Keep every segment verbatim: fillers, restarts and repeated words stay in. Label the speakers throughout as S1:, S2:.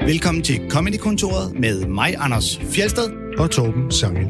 S1: Velkommen til Comedy-kontoret med mig, Anders Fjeldsted
S2: og Torben Sangel.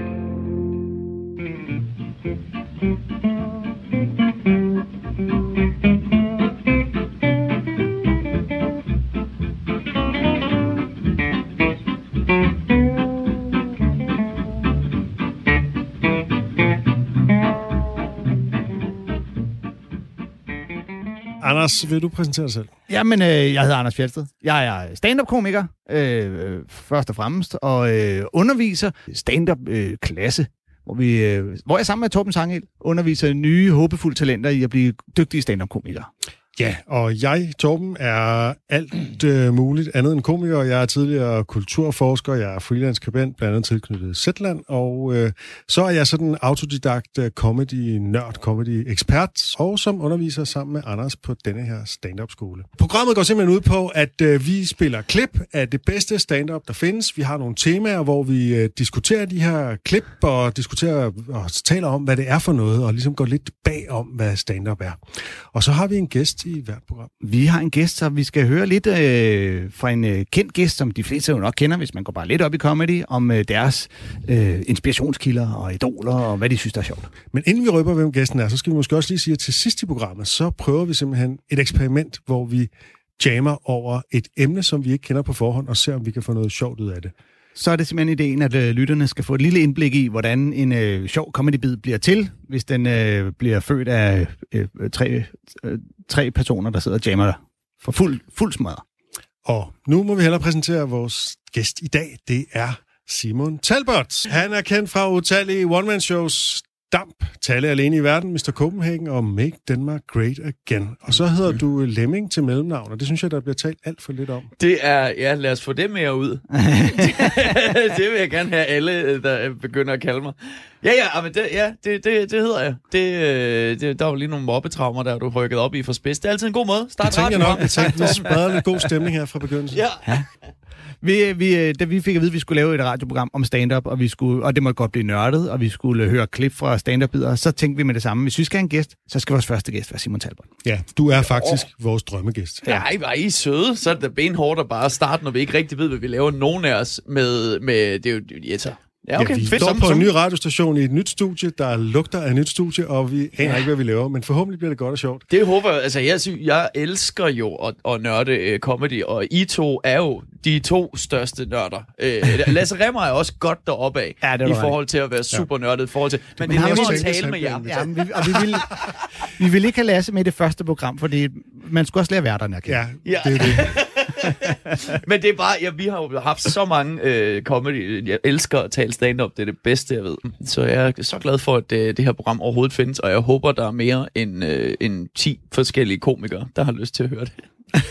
S2: Anders, vil du præsentere dig selv?
S3: Jamen, øh, jeg hedder Anders Fjeldsted. Jeg er stand-up-komiker, øh, først og fremmest, og øh, underviser stand-up-klasse, øh, hvor, vi, øh, hvor jeg sammen med Torben Sangel underviser nye, håbefulde talenter i at blive dygtige stand-up-komikere.
S2: Ja, og jeg, Torben, er alt øh, muligt andet end komiker. Jeg er tidligere kulturforsker, jeg er freelance-skribent, blandt andet tilknyttet Zetland, og øh, så er jeg sådan autodidakt comedy-nørd, comedy-ekspert, og som underviser sammen med Anders på denne her stand-up-skole. Programmet går simpelthen ud på, at øh, vi spiller klip af det bedste stand-up, der findes. Vi har nogle temaer, hvor vi øh, diskuterer de her klip, og diskuterer og taler om, hvad det er for noget, og ligesom går lidt bag om, hvad stand-up er. Og så har vi en gæst i hvert program.
S3: Vi har en gæst, så vi skal høre lidt øh, fra en øh, kendt gæst, som de fleste jo nok kender, hvis man går bare lidt op i comedy, om øh, deres øh, inspirationskilder og idoler, og hvad de synes, der er sjovt.
S2: Men inden vi røber, hvem gæsten er, så skal vi måske også lige sige, at til sidst i programmet, så prøver vi simpelthen et eksperiment, hvor vi jammer over et emne, som vi ikke kender på forhånd, og ser, om vi kan få noget sjovt ud af det.
S3: Så er det simpelthen ideen, at øh, lytterne skal få et lille indblik i, hvordan en øh, sjov comedybid bliver til, hvis den øh, bliver født af øh, tre, øh, tre personer, der sidder og jammer der for fuld, fuld smadre.
S2: Og nu må vi hellere præsentere vores gæst i dag. Det er Simon Talbot. Han er kendt fra utallige one-man-shows. Damp, Talle alene i verden, mister Copenhagen og Make Denmark Great Again. Og så hedder du Lemming til mellemnavn, og det synes jeg, der bliver talt alt for lidt om.
S4: Det er, ja, lad os få det mere ud. Det vil jeg gerne have alle, der begynder at kalde mig. Ja, ja, men det, ja, det, det, det hedder jeg. Det, det, der var lige nogle mobbetraumer, der du rykket op i for spids. Det er altid en god måde. Start
S2: det tænker jeg nok. Jeg tænkte, vi spreder lidt god stemning her fra begyndelsen.
S4: Ja.
S3: Ja. Vi, vi, da vi fik at vide, at vi skulle lave et radioprogram om stand-up, og, vi skulle, og det måtte godt blive nørdet, og vi skulle høre klip fra stand-up-bidder, så tænkte vi med det samme. Hvis vi skal have en gæst, så skal vores første gæst være Simon Talbot.
S2: Ja, du er faktisk oh. vores drømmegæst.
S4: Ja. Nej, var I søde? Så er det benhårdt at bare starte, når vi ikke rigtig ved, hvad vi laver. Nogen af os med... med det er jo... Ja, så. Ja, okay.
S2: Ja, vi
S4: Fedt,
S2: står
S4: som,
S2: på
S4: som.
S2: en ny radiostation i et nyt studie, der lugter af et nyt studie, og vi aner ja. ikke, hvad vi laver, men forhåbentlig bliver det godt og sjovt.
S4: Det håber jeg. Altså, jeg, synes, jeg elsker jo at, at nørde uh, comedy, og I to er jo de to største nørder. Uh, Lasse Remmer er også godt deroppe af, ja, i forhold til at være super nørdet. I forhold til, men, men det er nemmere at tale med jer.
S3: Ja, vi, og vi vil, vi vil ikke have Lasse med i det første program, fordi man skulle også lære værterne at kende.
S2: Ja, ja. Det er det.
S4: Men det er bare, ja, vi har jo haft så mange øh, comedy. Jeg elsker at tale stand-up, det er det bedste, jeg ved. Så jeg er så glad for, at øh, det her program overhovedet findes, og jeg håber, der er mere end, øh, end ti forskellige komikere, der har lyst til at høre det.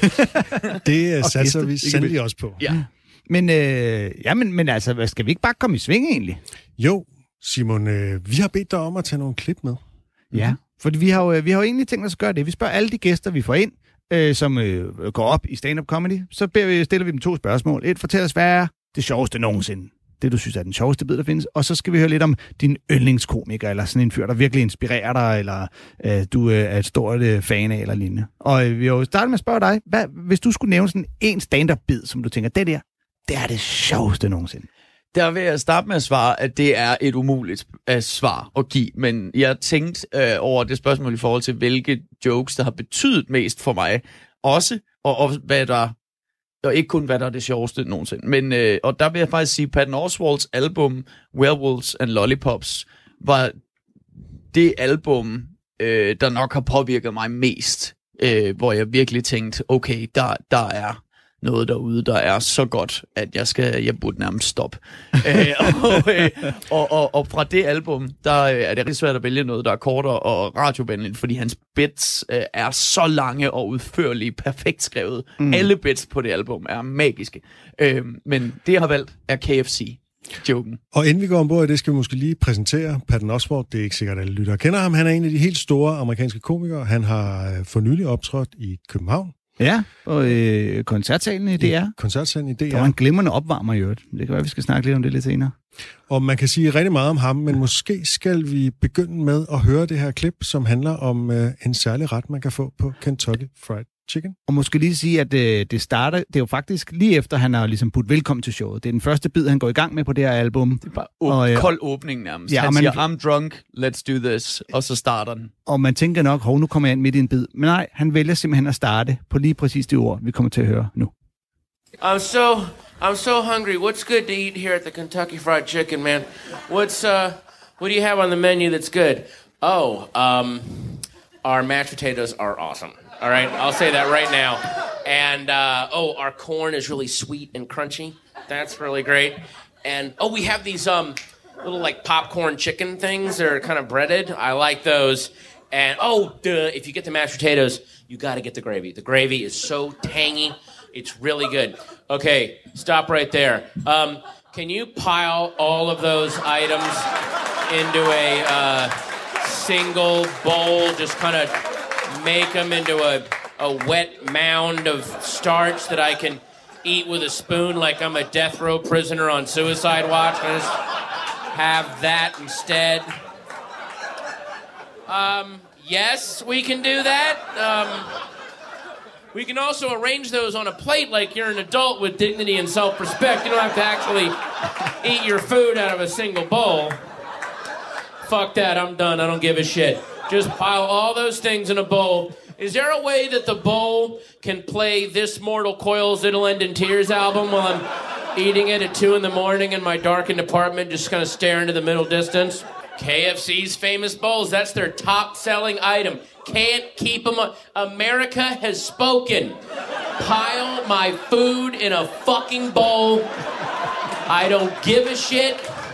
S2: Det satser vi sandelig også på.
S3: Ja. Men, øh, ja, men, men altså, skal vi ikke bare komme i sving egentlig?
S2: Jo, Simon, øh, vi har bedt dig om at tage nogle klip med.
S3: Ja, for vi har jo, vi har jo egentlig tænkt os at gøre det. Vi spørger alle de gæster, vi får ind, øh, som øh, går op i stand-up comedy, så stiller vi dem to spørgsmål. Et, fortæl os, hvad er det sjoveste nogensinde? Det, du synes er den sjoveste bid, der findes. Og så skal vi høre lidt om din yndlingskomiker, eller sådan en fyr, der virkelig inspirerer dig, eller øh, du øh, er et stort øh, fan af, eller lignende. Og øh, vi har jo startet med at spørge dig, hvad, hvis du skulle nævne sådan en stand-up-bid, som du tænker, det der, det er det sjoveste nogensinde.
S4: Der vil jeg starte med at svare, at det er et umuligt uh, svar at give, men jeg tænkte uh, over det spørgsmål i forhold til, hvilke jokes, der har betydet mest for mig, også, og, og hvad der, og ikke kun hvad der er det sjoveste nogensinde, men, uh, og der vil jeg faktisk sige, Patton Oswalts album, Werewolves and Lollipops, var det album, uh, der nok har påvirket mig mest, uh, hvor jeg virkelig tænkte, okay, der, der er noget derude, der er så godt, at jeg skal, jeg burde nærmest stoppe. Æ, og, øh, og, og, og fra det album, der er det rigtig svært at vælge noget, der er kortere og radiovenligt, fordi hans bits øh, er så lange og udførlige, perfekt skrevet. Mm. Alle bits på det album er magiske. Æ, men det, jeg har valgt, er K F C. Joken.
S2: Og inden vi går ombord i det, skal vi måske lige præsentere Patton Oswalt. Det er ikke sikkert, at alle lyttere kender ham. Han er en af de helt store amerikanske komikere. Han har for nylig optrådt i København.
S3: Ja, og øh, koncertsalen i D R.
S2: Koncertsalen i D R.
S3: Der var en glimrende opvarmer i øvrigt. Det kan være, vi skal snakke lidt om det lidt senere.
S2: Og man kan sige rigtig meget om ham, men måske skal vi begynde med at høre det her klip, som handler om øh, en særlig ret, man kan få på Kentucky Fried Chicken.
S3: Og måske lige sige, at øh, det starter, det er jo faktisk lige efter, han har ligesom budt velkommen til showet. Det er den første bid, han går i gang med på det her album.
S4: Det er bare åb- og, øh, kold åbning nærmest. Ja, han man, siger, I'm drunk, let's do this, og så starter den.
S3: Og man tænker nok, hov, nu kommer jeg ind midt i en bid. Men nej, han vælger simpelthen at starte på lige præcis de ord, vi kommer til at høre nu.
S5: I'm so, I'm so hungry. What's good to eat here at the Kentucky Fried Chicken, man? What's, uh, what do you have on the menu that's good? Oh, um, our mashed potatoes are awesome. All right, I'll say that right now. And, uh, oh, our corn is really sweet and crunchy. That's really great. And, oh, we have these um, little, like, popcorn chicken things that are kind of breaded. I like those. And, oh, duh, if you get the mashed potatoes, you got to get the gravy. The gravy is so tangy. It's really good. Okay, stop right there. Um, can you pile all of those items into a uh, single bowl? Just kind of make them into a, a wet mound of starch that I can eat with a spoon like I'm a death row prisoner on suicide watch. I just have that instead. Um, yes, we can do that. Um, we can also arrange those on a plate like you're an adult with dignity and self-respect. You don't have to actually eat your food out of a single bowl. Fuck that, I'm done. I don't give a shit. Just pile all those things in a bowl. Is there a way that the bowl can play This Mortal Coil's It'll End in Tears album while I'm eating it at two in the morning in my darkened apartment, just kind of staring into the middle distance? K F C's famous bowls, that's their top-selling item. Can't keep them up. America has spoken. Pile my food in a fucking bowl. I don't give a shit.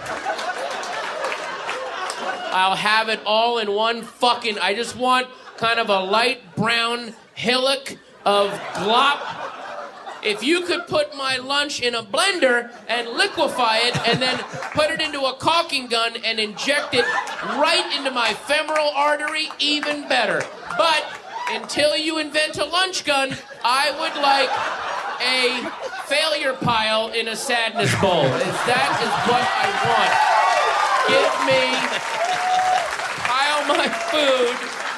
S5: I'll have it all in one fucking... I just want kind of a light brown hillock of glop. If you could put my lunch in a blender and liquefy it and then put it into a caulking gun and inject it right into my femoral artery, even better. But until you invent a lunch gun, I would like a failure pile in a sadness bowl. That is what I want. Give me... pile my food.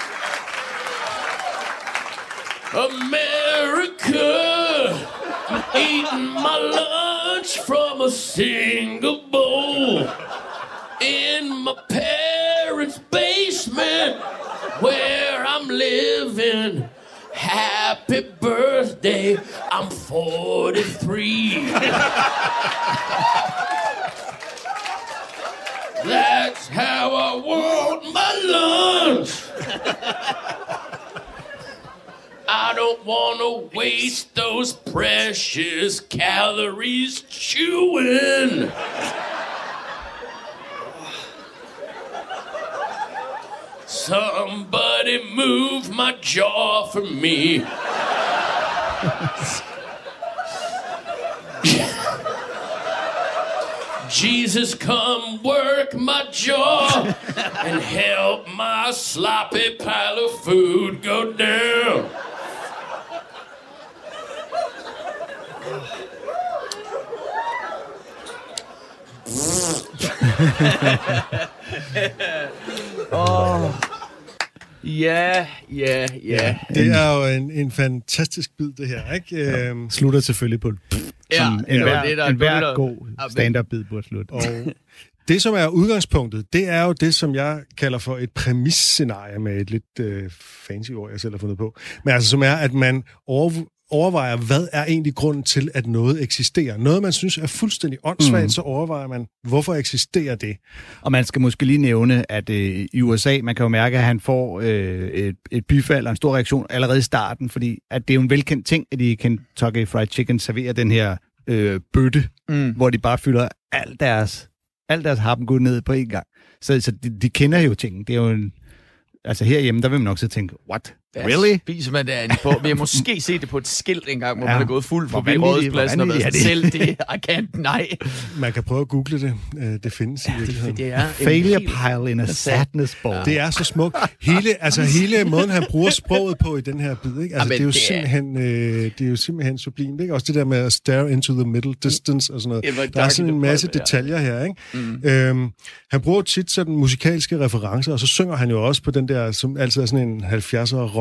S5: America, eating my lunch from a single bowl in my parents' basement where I'm living. Happy birthday, I'm forty-three. That's how I want my lunch. I don't want to waste those precious calories chewing. Somebody move my jaw for me. Jesus, come work my jaw and help my sloppy pile of food go down.
S4: Åh. Ja, ja, ja.
S2: Det er jo en, en fantastisk bid, det her, ikke? Ja. Øhm,
S3: Slutter selvfølgelig på
S4: ja,
S3: en,
S4: ja,
S3: hver,
S4: det der,
S3: en hver
S4: der,
S3: god stand-up-bid burde slutte.
S2: Og det, som er udgangspunktet, det er jo det, som jeg kalder for et præmisscenarie med et lidt øh, fancy ord, jeg selv har fundet på. Men altså, som er, at man over, overvejer, hvad er egentlig grunden til, at noget eksisterer. Noget, man synes er fuldstændig åndssvagt, mm. så overvejer man, hvorfor eksisterer det?
S3: Og man skal måske lige nævne, at øh, i U S A, man kan jo mærke, at han får øh, et, et bifald og en stor reaktion allerede i starten, fordi at det er jo en velkendt ting, at de Kentucky Fried Chicken serverer den her øh, bøtte, mm. hvor de bare fylder alt deres, alt deres harpengud ned på en gang. Så, så de, de kender jo ting. Det er jo en... Altså herhjemme, der vil man nok så tænke, what? Really?
S4: Spiser man det på? Vi har måske set det på et skilt engang, hvor ja. man er gået fuld forbi
S3: vanvittig,
S4: Rådhuspladsen og været sig selv. Det I can't, nej.
S2: Man kan prøve at google det. Det findes
S4: ja,
S2: i virkeligheden.
S4: Det, det er
S3: failure pile in a sadness bowl.
S2: Ja. Det er så smukt. Hele, altså hele måden, han bruger sproget på i den her bid, ikke? Altså, ja, det, er jo det, simpelthen, øh, det er jo simpelthen sublimt, ikke? Også det der med at stare into the middle distance og sådan noget. Der er sådan en masse detaljer her, ikke? Mm. Øhm, han bruger tit sådan musikalske referencer, og så synger han jo også på den der, som altid er sådan en halvfjerdser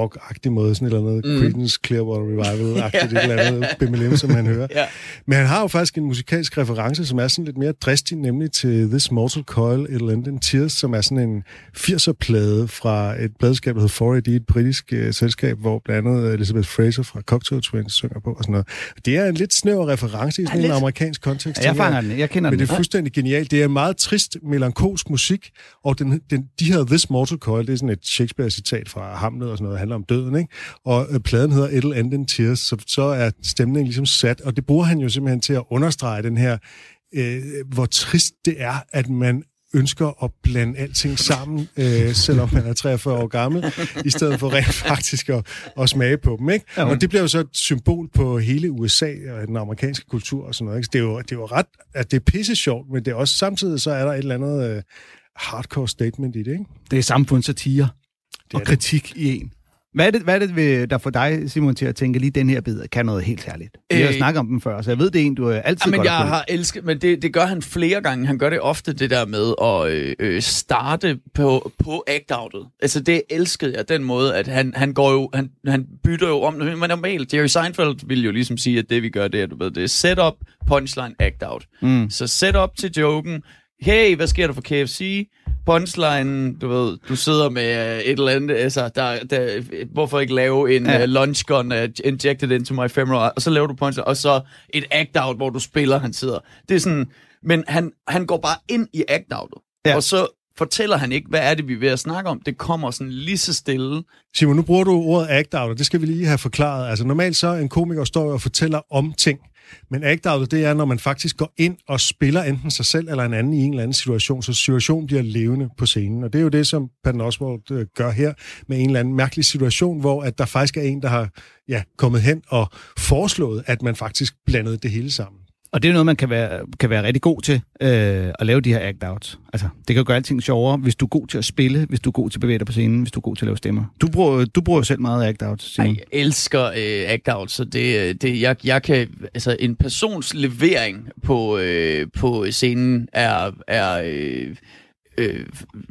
S2: rock-agtig måde, sådan et eller andet mm. Creedence Clearwater Revival-agtigt, ja. et eller andet B M L M, som han hører. Ja. Men han har jo faktisk en musikalsk reference, som er sådan lidt mere dristig, nemlig til This Mortal Coil, It'll End in Tears, som er sådan en firser-plade fra et pladeskab, der hedder four A D, et britisk uh, selskab, hvor blandt andet Elizabeth Fraser fra Cocktail Twins synger på og sådan noget. Det er en lidt snæver reference i sådan ja, en amerikansk kontekst.
S3: Ja, jeg fanger den, jeg kender
S2: men
S3: den.
S2: Men det er fuldstændig genialt. Det er meget trist, melankolsk musik, og den, den, de her This Mortal Coil, det er sådan et Shakespeare-citat fra Hamlet og sådan noget, handler om døden, ikke? Og øh, pladen hedder It'll End in Tears, så, så er stemningen ligesom sat, og det bruger han jo simpelthen til at understrege den her, øh, hvor trist det er, at man ønsker at blande alting sammen, øh, selvom man er treogfyrre år gammel, i stedet for rent faktisk at, at smage på dem, ikke? Ja, og det bliver jo så et symbol på hele U S A og den amerikanske kultur og sådan noget, ikke? Det er jo, det er jo ret, at det er pisse sjovt, men det er også samtidig, så er der et eller andet øh, hardcore statement i det, ikke?
S3: Det er samfundssatire og
S2: det.
S3: kritik i en. Hvad er det, hvad er det ved, der får dig, Simon, til at tænke, lige den her bid kan noget helt særligt? Vi har øh, snakket om den før, så jeg ved, det er en, du altid
S4: ja, men
S3: godt
S4: jeg har elsket, men det, det gør han flere gange. Han gør det ofte, det der med at øh, starte på, på act-outet. Altså, det elskede jeg, den måde, at han, han går jo, han, han bytter jo om. Men normalt, Jerry Seinfeld vil jo ligesom sige, at det vi gør, det er, du ved, det er setup, punchline, act-out. Mm. Så setup til joken. Hey, hvad sker der for K F C? Punchline, du ved, du sidder med et eller andet, altså, der, der, hvorfor ikke lave en ja. uh, lunch gun uh, injected into my femoral, og så laver du punchline, og så et act-out, hvor du spiller, han sidder. Det er sådan, men han, han går bare ind i act-outet, ja. og så fortæller han ikke, hvad er det, vi er ved at snakke om. Det kommer sådan lige så stille.
S2: Simon, nu bruger du ordet act-out, og det skal vi lige have forklaret. Altså normalt så en komiker står og fortæller om ting, men act-outet, det er, når man faktisk går ind og spiller enten sig selv eller en anden i en eller anden situation, så situationen bliver levende på scenen. Og det er jo det, som Patton Oswalt øh, gør her med en eller anden mærkelig situation, hvor at der faktisk er en, der har ja, kommet hen og foreslået, at man faktisk blandede det hele sammen.
S3: Og det er noget, man kan være, kan være rigtig god til, øh, at lave de her act-outs. Altså, det kan gøre alting sjovere, hvis du er god til at spille, hvis du er god til at bevæge dig på scenen, hvis du er god til at lave stemmer. Du bruger, du bruger jo selv meget act-outs, Simon.
S4: Ej, jeg elsker øh, act-outs, så det, det, jeg, jeg kan, altså en persons levering på, øh, på scenen er, er øh, øh,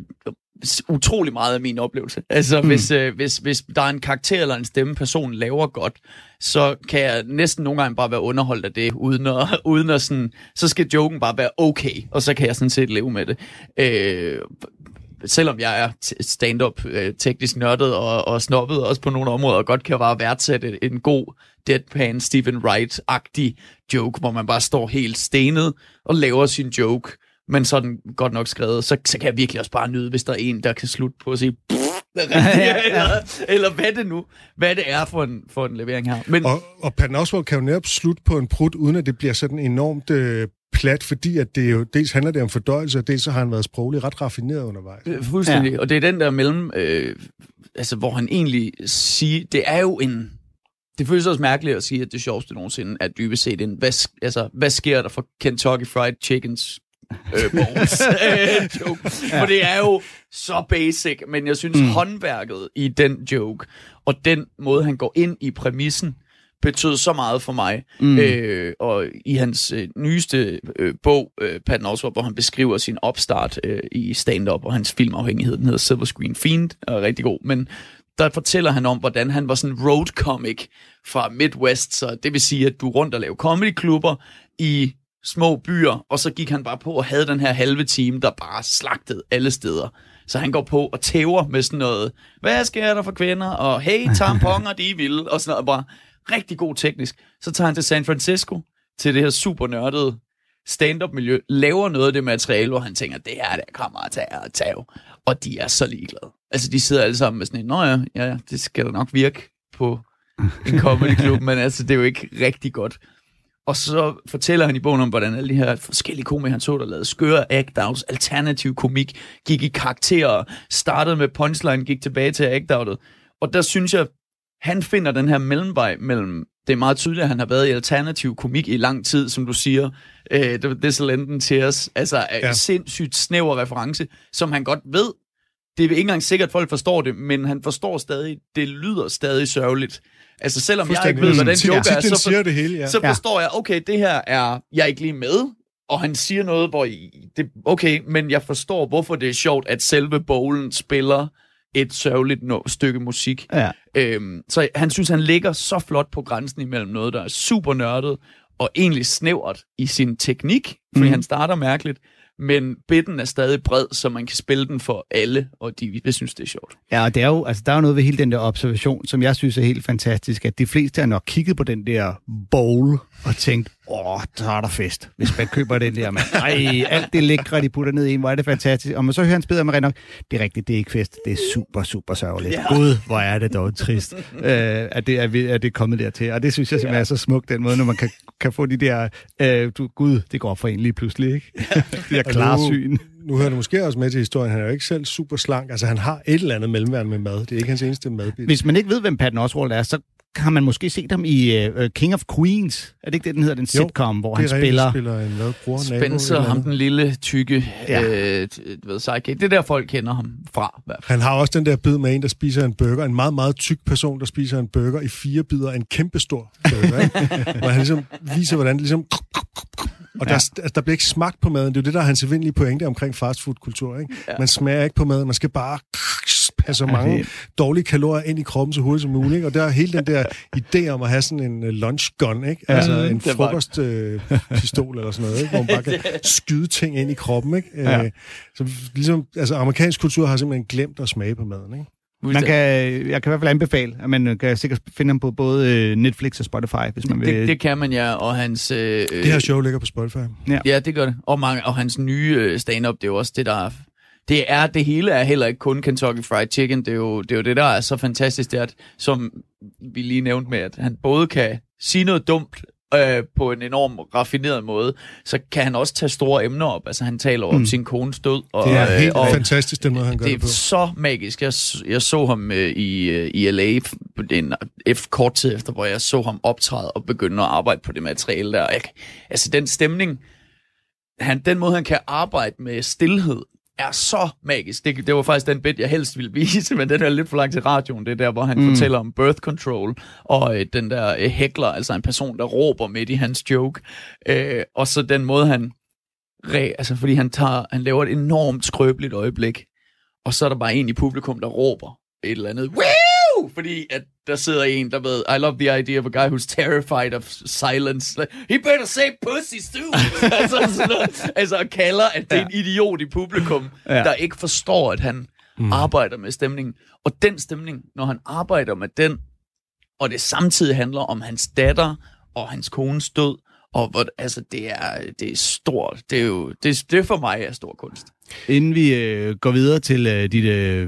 S4: utrolig meget af min oplevelse. Altså, mm. hvis, øh, hvis, hvis der er en karakter eller en stemme, personen laver godt, så kan jeg næsten nogle gange bare være underholdt af det, uden at, uden at sådan, så skal joken bare være okay, og så kan jeg sådan set leve med det. Øh, selvom jeg er stand-up øh, teknisk nørdet og, og snobbet også på nogle områder, og godt kan bare værdsætte en god deadpan Stephen Wright-agtig joke, hvor man bare står helt stenet og laver sin joke, men så er den godt nok skrevet, så, så kan jeg virkelig også bare nyde, hvis der er en, der kan slutte på at sige eller, eller hvad det nu, hvad det er for en, for en levering her. Men,
S2: og, og Patton Oswalt kan jo netop slutte på en prut, uden at det bliver sådan enormt øh, plat, fordi at det jo, dels handler det om fordøjelse, og dels så har han været sproglig ret raffineret undervejs.
S4: Fuldstændig, ja. Og det er den der mellem, øh, altså hvor han egentlig siger, det er jo en, det føles også mærkeligt at sige, at det sjoveste nogensinde er dybest set en, hvad, altså, hvad sker der for Kentucky Fried Chickens øh, bones, øh, joke. Ja. For det er jo så basic, men jeg synes mm. håndværket i den joke, og den måde, han går ind i præmissen, betød så meget for mig. Mm. Øh, og i hans øh, nyeste øh, bog, øh, Patton Oswalt, hvor han beskriver sin opstart øh, i stand-up, og hans filmafhængighed, den hedder Silver Screen Fiend, er rigtig god, men der fortæller han om, hvordan han var sådan en road comic fra Midwest, så det vil sige, at du rundt og lave comedyklubber i små byer, og så gik han bare på og havde den her halve time, der bare slagtede alle steder. Så han går på og tæver med sådan noget, hvad sker der for kvinder, og hey, tamponer, de er vilde, og sådan noget, bare rigtig god teknisk. Så tager han til San Francisco, til det her super nørdede stand-up-miljø, laver noget af det materiale, hvor han tænker, det her, der kommer at tage og tage. Og de er så ligeglade. Altså, de sidder alle sammen med sådan en, nå ja, ja, det skal da nok virke på en comedyklub, men altså, det er jo ikke rigtig godt. Og så fortæller han i bogen om, hvordan alle de her forskellige komikere, han så, der lavede skøre act-outs, alternativ komik, gik i karakterer, startede med punchline, gik tilbage til act-outet. Og der synes jeg, han finder den her mellemvej mellem, det er meget tydeligt, at han har været i alternativ komik i lang tid, som du siger, øh, This'll End in Tears, altså ja. Sindssygt snæver reference, som han godt ved, det er ikke engang sikkert, at folk forstår det, men han forstår stadig, det lyder stadig sørgeligt. Altså selvom jeg ikke ved, hvad den joke er, så, for, det hele, ja. så forstår jeg, okay, det her er, jeg er ikke lige med, og han siger noget, hvor det, okay, men jeg forstår, hvorfor det er sjovt, at selve bowlen spiller et sørgeligt no- stykke musik.
S3: Ja.
S4: Øhm, så han synes, han ligger så flot på grænsen imellem noget, der er super nørdet, og egentlig snævert i sin teknik, fordi mm. han starter mærkeligt, men bitten er stadig bred, så man kan spille den for alle, og de vil synes, det er sjovt.
S3: Ja, og det er jo, altså, der er jo noget ved hele den der observation, som jeg synes er helt fantastisk, at de fleste har nok kigget på den der bowl og tænkt, åh, så er der fest, hvis man køber den der, mand. Ej, alt det lækre, de putter ned i en, hvor er det fantastisk. Og man så hører hans bedre med nok, det er rigtigt, det er ikke fest, det er super, super sørgeligt. Ja. Gud, hvor er det dog trist, øh, at, det er, at det er kommet dertil. Og det synes jeg simpelthen er så smukt, den måde, når man kan, kan få de der, øh, du, gud, det går op for en lige pludselig, ikke? de der klarsyn.
S2: Nu hører du måske også med til historien, han er jo ikke selv super slank, altså han har et eller andet mellemværende med mad, det er ikke hans eneste madbit.
S3: Hvis man ikke ved, hvem Patton Oswalt er, så har man måske set ham i uh, King of Queens. Er det ikke det, den hedder? Den sitcom, jo, hvor han spiller...
S2: spiller en hvad, bror,
S4: Spencer,
S2: nabo,
S4: ham den lille, tykke,
S3: ja.
S4: øh, ved sidekick. Det er der, folk kender ham fra.
S2: Han har også den der bid med en, der spiser en burger. En meget, meget tyk person, der spiser en burger i fire bidder af en kæmpestor burger. Ikke? Hvor han ligesom viser, hvordan det ligesom... Og der, ja. der bliver ikke smagt på maden. Det er jo det, der er hans evindelige pointe omkring fastfood-kultur. Ikke? Ja. Man smager ikke på maden. Man skal bare passe så mange okay. dårlige kalorier ind i kroppen så hurtigt som muligt. Ikke? Og der er hele den der idé om at have sådan en uh, lunch gun, ikke? Ja. Altså en frokostpistol uh, eller sådan noget, ikke? Hvor man bare kan skyde ting ind i kroppen. Ikke? Ja. Uh, så ligesom, altså amerikansk kultur har simpelthen glemt at smage på maden. Ikke?
S3: Man kan, jeg kan i hvert fald anbefale, at man kan sikkert finde ham på både Netflix og Spotify, hvis man vil.
S4: Det, det kan man, ja, og hans... Øh,
S2: det her show ligger på Spotify.
S4: Ja, ja det gør det. Og, mange, og hans nye stand-up, det er jo også det, der... Det er, det hele er heller ikke kun Kentucky Fried Chicken, det er jo det, er jo det der er så fantastisk, det er, at, som vi lige nævnte med, at han både kan sige noget dumt, Øh, på en enorm raffineret måde, så kan han også tage store emner op. Altså, han taler om mm. sin kones død. Og,
S2: det er helt
S4: øh, og
S2: fantastisk, den måde, han gør det, det på.
S4: Det er så magisk. Jeg, jeg så ham øh, i, øh, i L A en, efter, kort tid efter, hvor jeg så ham optræde og begynde at arbejde på det materiale der. Jeg, altså, den stemning, han, den måde, han kan arbejde med stilhed, er så magisk. Det, det var faktisk den bit, jeg helst ville vise, men den er lidt for langt til radioen. Det er der, hvor han mm. fortæller om birth control, og øh, den der øh, hækler, altså en person, der råber midt i hans joke. Øh, og så den måde, han... Re, altså, fordi han, tager, han laver et enormt skrøbeligt øjeblik, og så er der bare en i publikum, der råber et eller andet. Woo! Fordi at der sidder en, der ved, I love the idea of a guy who's terrified of silence. Like, he better say pussy too. altså, sådan noget, altså kalder, at det er en idiot i publikum, ja. der ikke forstår, at han mm. arbejder med stemningen. Og den stemning, når han arbejder med den, og det samtidig handler om hans datter og hans kones død, og hvor, altså, det er, det er stort. Det er jo, det, det for mig er stor kunst.
S3: Inden vi øh, går videre til øh, dit øh,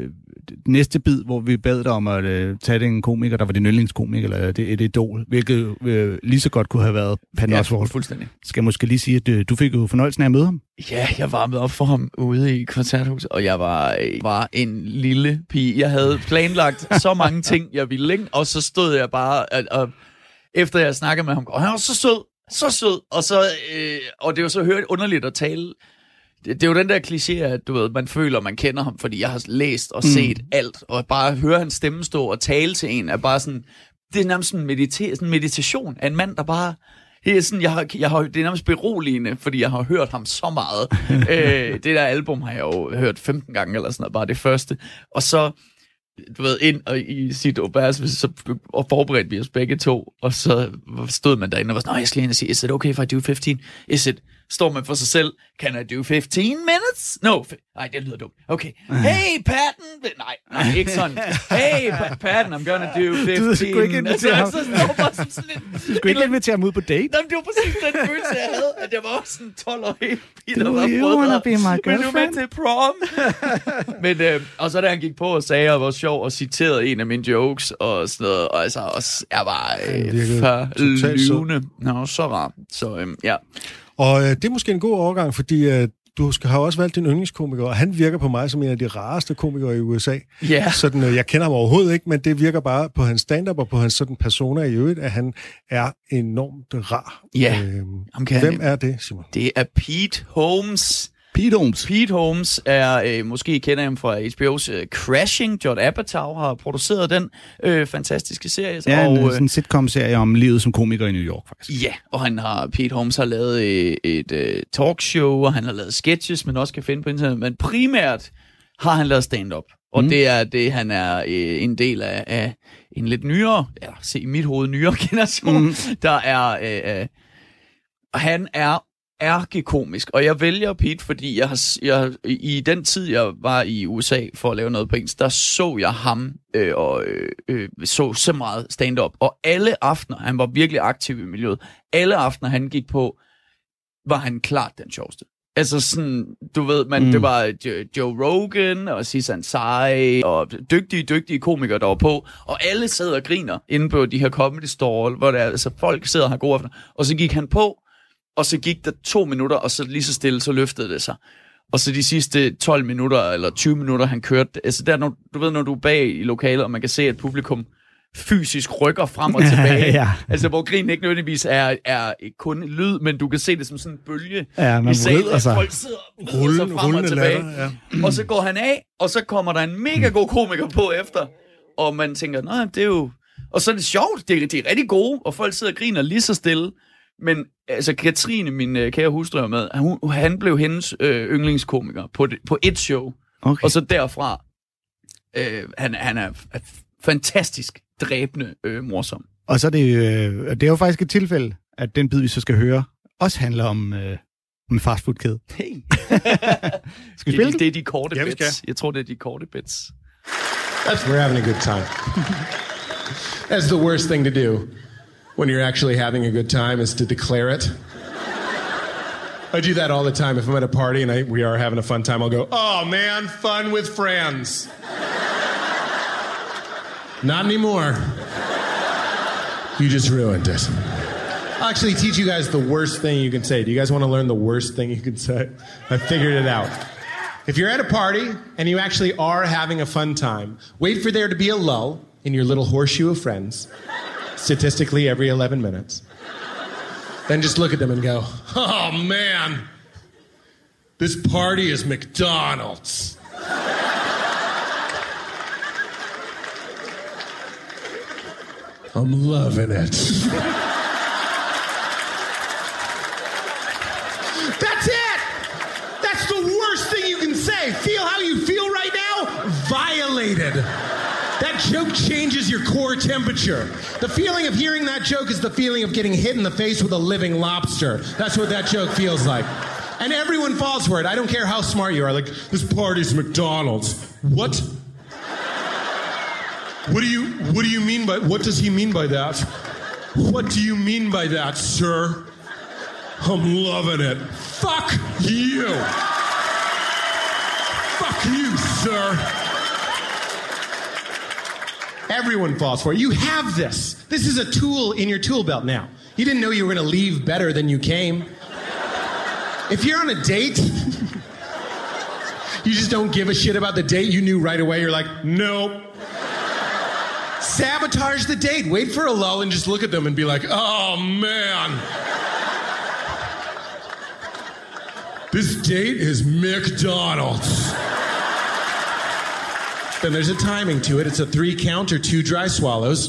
S3: næste bid, hvor vi bad dig om at øh, tage en komiker, der var din yndlingskomiker, eller det, et idol, hvilket øh, lige så godt kunne have været Patton Oswalt.
S4: Ja, fuldstændig.
S3: Skal jeg måske lige sige, at øh, du fik jo fornøjelsen af at møde ham?
S4: Ja, jeg varmede op for ham ude i koncerthuset, og jeg var, var en lille pige. Jeg havde planlagt så mange ting, jeg ville, ikke? Og så stod jeg bare, og, og efter jeg snakkede med ham, og han var så sød, så sød, og, så, øh, og det var så hørt underligt at tale. Det, det er jo den der kliché, at du ved, man føler, man kender ham, fordi jeg har læst og set mm. alt, og bare høre hans stemme stå og tale til en, er bare sådan, det er nærmest sådan en, medita- sådan en meditation af en mand, der bare, det er, sådan, jeg har, jeg har, det er nærmest beroligende, fordi jeg har hørt ham så meget. øh, det der album har jeg jo hørt femten gange, eller sådan noget, bare det første. Og så, du ved, ind og i sit obers, så og forberedte vi os begge to, og så stod man derinde og var sådan, nej, jeg skal lige ind og sige, is it okay if I do fifteen? Is it, står man for sig selv, can I do fifteen minutes? No, nej, det lyder dumt. Okay, hey, Patton! Nej, nej, ikke sådan. Hey, Patton, I'm gonna do fifteen.
S3: Du skulle ikke invitere ham.
S4: Så, så står bare sådan lidt,
S3: du skulle ikke invitere ham ud på date?
S4: Jamen, det var præcis den følelse, jeg havde, at jeg var også sådan tolv-årig pige, der
S3: do
S4: var
S3: you wanna be my
S4: Vil du
S3: girlfriend?
S4: med til prom? Men, øh, og så da han gik på og sagde, at jeg var sjov og citerede en af mine jokes og sådan noget, og altså også, jeg var øh, for lyvende. Nå, så rar. Så øh, ja.
S2: Og øh, det er måske en god overgang, fordi øh, du skal, har også valgt din yndlingskomiker, og han virker på mig som en af de rareste komikere i U S A.
S4: Yeah.
S2: Sådan, øh, jeg kender ham overhovedet ikke, men det virker bare på hans stand-up og på hans sådan persona i øvrigt, at han er enormt rar.
S4: Ja.
S2: Øh, hvem er det, Simon?
S4: Det er Pete Holmes.
S3: Pete Holmes.
S4: Pete Holmes er, øh, måske kender ham fra H B O's øh, Crashing. Judd Apatow har produceret den øh, fantastiske serie.
S3: Ja,
S4: og,
S3: en,
S4: øh,
S3: sådan en sitcom-serie om livet som komiker i New York, faktisk.
S4: Ja, og han har, Pete Holmes har lavet øh, et øh, talkshow, og han har lavet sketches, men også kan finde på internet. Men primært har han lavet stand-up. Og
S3: Mm.
S4: det er det, han er øh, en del af, af en lidt nyere, eller se i mit hoved, nyere generation, mm. der er... Øh, øh, han er ærkekomisk, og jeg vælger Pete, fordi jeg har, jeg, i den tid, jeg var i U S A for at lave noget på engelsk, der så jeg ham øh, og øh, øh, så så meget stand-up. Og alle aftener, han var virkelig aktiv i miljøet, alle aftener, han gik på, var han klart den sjoveste. Altså sådan, du ved, man, mm. det var jo, Joe Rogan og Sisan Sai og dygtige, dygtige komikere, der var på, og alle sidder og griner inde på de her comedy store, hvor der, altså, folk sidder og har gode aftener. Og så gik han på, og så gik der to minutter, og så lige så stille, så løftede det sig. Og så de sidste tolv minutter, eller tyve minutter, han kørte, altså der, når, du ved, når du er bag i lokalet, og man kan se, at publikum fysisk rykker frem og tilbage. Ja. Altså, hvor grinen ikke nødvendigvis er, er kun lyd, men du kan se det som sådan en bølge
S3: ja, man
S4: i salen, at folk sidder og
S2: Rulle,
S4: sig frem og tilbage.
S2: Latter, ja.
S4: Og så går han af, og så kommer der en mega god komiker på efter, og man tænker, nej, det er jo... Og så er det sjovt, det er, de er rigtig gode, og folk sidder og griner lige så stille. Men altså, Katrine, min øh, kære hustru med, han, han blev hendes øh, yndlingskomiker på, det, på et show. Okay. Og så derfra, øh, han, han er, er fantastisk dræbende øh, morsom.
S3: Og så er det, øh, det er jo faktisk et tilfælde, at den bid, vi så skal høre, også handler om, øh, om en fastfood-kæde.
S4: Hey.
S3: Skal vi spille
S4: det, det er de korte
S2: ja,
S4: bits. Jeg tror, det er de korte bits.
S6: That's, we're having a good time. That's the worst thing to do when you're actually having a good time is to declare it. I do that all the time. If I'm at a party and I, we are having a fun time, I'll go, oh man, fun with friends. Not anymore. You just ruined it. I'll actually teach you guys the worst thing you can say. Do you guys want to learn the worst thing you can say? I figured it out. If you're at a party and you actually are having a fun time, wait for there to be a lull in your little horseshoe of friends, statistically every eleven minutes. Then just look at them and go, oh man, this party is McDonald's. I'm loving it. That's it! That's the worst thing you can say. Feel how you feel right now? Violated. That joke changes your core temperature. The feeling of hearing that joke is the feeling of getting hit in the face with a living lobster. That's what that joke feels like. And everyone falls for it. I don't care how smart you are. Like, this party's McDonald's. What? What do you what do you mean by what does he mean by that? What do you mean by that, sir? I'm loving it. Fuck you. Fuck you, sir. Everyone falls for it. You have this. This is a tool in your tool belt now. You didn't know you were going to leave better than you came. If you're on a date, you just don't give a shit about the date. You knew right away. You're like, nope. Sabotage the date. Wait for a lull and just look at them and be like, oh, man. This date is McDonald's. Then there's a timing to it. It's a three count or two dry swallows.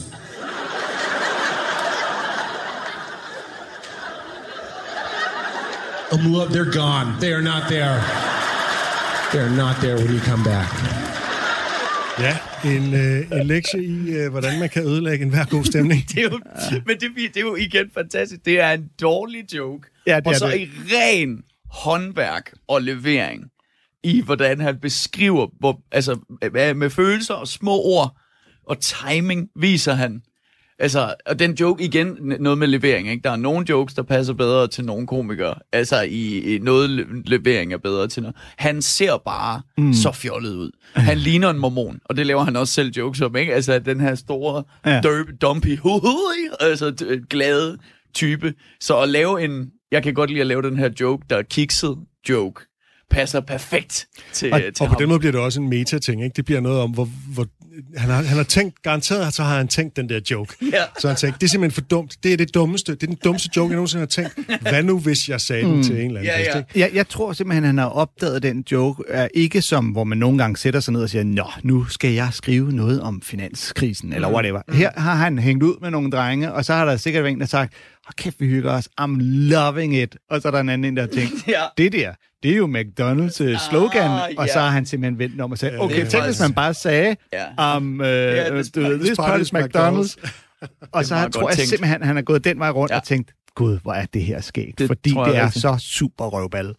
S6: I'm lo- they're gone. They are not there. They are not there when you come back.
S2: Ja, en, øh, en lektie i, øh, hvordan man kan ødelægge en hver god stemning.
S4: det er jo, men det, det er jo igen fantastisk. Det er en dårlig joke.
S3: Ja, det
S4: og
S3: er
S4: så
S3: det.
S4: i ren håndværk og levering i, hvordan han beskriver, hvor, altså med følelser og små ord og timing viser han. Altså, og den joke igen, noget med levering, ikke? Der er nogle jokes, der passer bedre til nogle komikere. Altså, i, i noget le- levering er bedre til noget. Han ser bare mm. så fjollet ud. Han ligner en mormon, og det laver han også selv jokes om, ikke? Altså, den her store, ja. derp, dumpy, altså glade type. Så at lave en, jeg kan godt lide at lave den her joke, der er kikset joke, passer perfekt til,
S2: og,
S4: til
S2: og
S4: ham.
S2: på den måde bliver det også en meta-ting, ikke? Det bliver noget om, hvor, hvor han, har, han har tænkt, garanteret, så har han tænkt den der joke.
S4: Ja.
S2: Så han tænkte, det er simpelthen for dumt. Det er det dummeste. Det er den dummeste joke, jeg nogensinde har tænkt. Hvad nu, hvis jeg sagde mm. den til en eller anden
S4: ja,
S2: fest,
S4: ja.
S2: ikke?
S3: Jeg, jeg tror simpelthen, han har opdaget den joke, er ikke som, hvor man nogle gange sætter sig ned og siger, nå, nu skal jeg skrive noget om finanskrisen, eller whatever. Mm. Her har han hængt ud med nogle drenge, og så har der sikkert en, der sagt, oh, kæft, vi hygger os, I'm loving it. Og så er der en anden, der har tænkt,
S4: ja. det
S3: der, det er jo McDonald's uh, slogan,
S4: ah,
S3: og
S4: yeah.
S3: så har han simpelthen vendt om og sagt, okay,
S4: tænk
S3: tænk hvis man bare sagde,
S4: yeah.
S3: um, uh, yeah, this, this part is McDonald's. Og så tror jeg tænkt. simpelthen, han er gået den vej rundt ja. og tænkt, gud, hvor er det her skægt, det fordi det er så super røvball.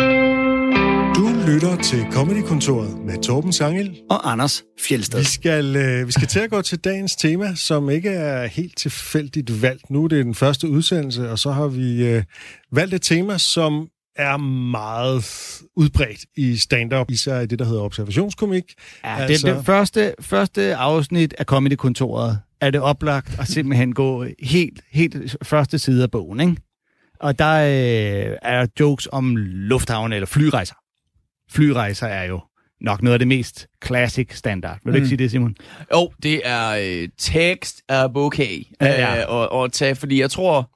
S2: Du lytter til Comedy-kontoret med Torben Sangel
S1: og Anders Fjeldsted.
S2: Vi skal, øh, vi skal til at gå til dagens tema, som ikke er helt tilfældigt valgt. Nu er det den første udsendelse, og så har vi øh, valgt et tema, som er meget udbredt i stand-up, især i det, der hedder observationskomik.
S3: Ja, altså... det, det første, første afsnit af Comedy-kontoret er det oplagt at simpelthen gå helt, helt første side af bogen, ikke? Og der øh, er jokes om lufthavne eller flyrejser. Flyrejser er jo nok noget af det mest classic standard. Vil du mm. ikke sige det, Simon?
S4: Jo, det er øh, tekst er okay
S3: ja, ja.
S4: Øh, og, og tage, fordi jeg tror...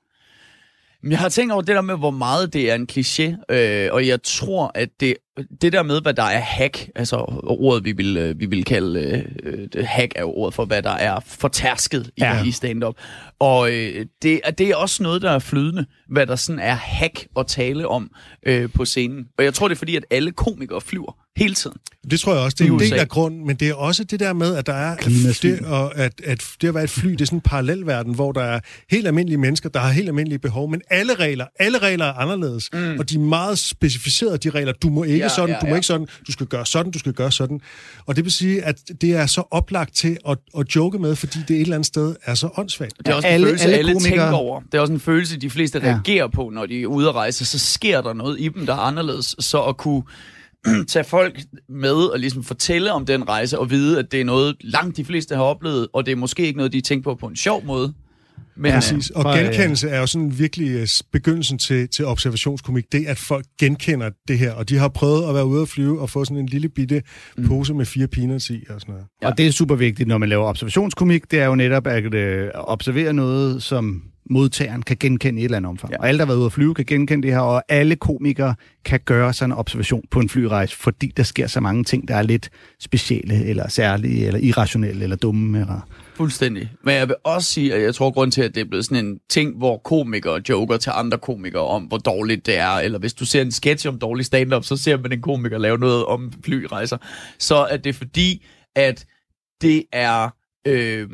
S4: Jeg har tænkt over det der med, hvor meget det er en kliché, øh, og jeg tror, at det, det der med, hvad der er hack, altså ordet, vi vil, vi vil kalde øh, det, hack er jo ordet for, hvad der er fortærsket i, ja. i stand-up. Og øh, det, det er også noget, der er flydende, hvad der sådan er hack at tale om øh, på scenen. Og jeg tror, det er fordi, at alle komikere flyver hele tiden.
S2: Det tror jeg også, det er en del af grunden, men det er også det der med, at der er det, og at, at det at være et fly, det er sådan en parallelverden, hvor der er helt almindelige mennesker, der har helt almindelige behov, men alle regler, alle regler er anderledes, mm. og de er meget specificerede, de regler. Du må ikke ja, sådan, ja, du må ja. ikke sådan, du skal gøre sådan, du skal gøre sådan. Og det vil sige, at det er så oplagt til at, at joke med, fordi det et eller andet sted er så åndssvagt.
S4: Det er også alle, en følelse, alle, alle tænker over. Det er også en følelse, de fleste reagerer ja. på, når de er ude at rejse, så sker der noget i dem, der er anderledes, så at kunne tage folk med og ligesom fortælle om den rejse og vide, at det er noget langt de fleste har oplevet, og det er måske ikke noget, de tænker på på en sjov måde.
S2: Men, ja, præcis. Og genkendelse er jo sådan virkelig begyndelsen til, til observationskomik. Det, at folk genkender det her, og de har prøvet at være ude at flyve og få sådan en lille bitte pose mm. med fire peanuts i og sådan noget.
S3: Ja. Og det er super vigtigt, når man laver observationskomik. Det er jo netop at øh, observere noget, som modtageren kan genkende i et eller andet omfang. Ja. Og alle, der har været ude at flyve, kan genkende det her, og alle komikere kan gøre sådan en observation på en flyrejse, fordi der sker så mange ting, der er lidt specielle, eller særlige, eller irrationelle, eller dumme. Eller...
S4: Fuldstændig. Men jeg vil også sige, at jeg tror, grund til, at det er blevet sådan en ting, hvor komikere joker til andre komikere om, hvor dårligt det er, eller hvis du ser en sketch om dårlig stand-up, så ser man en komiker lave noget om flyrejser, så er det fordi, at det er Øh,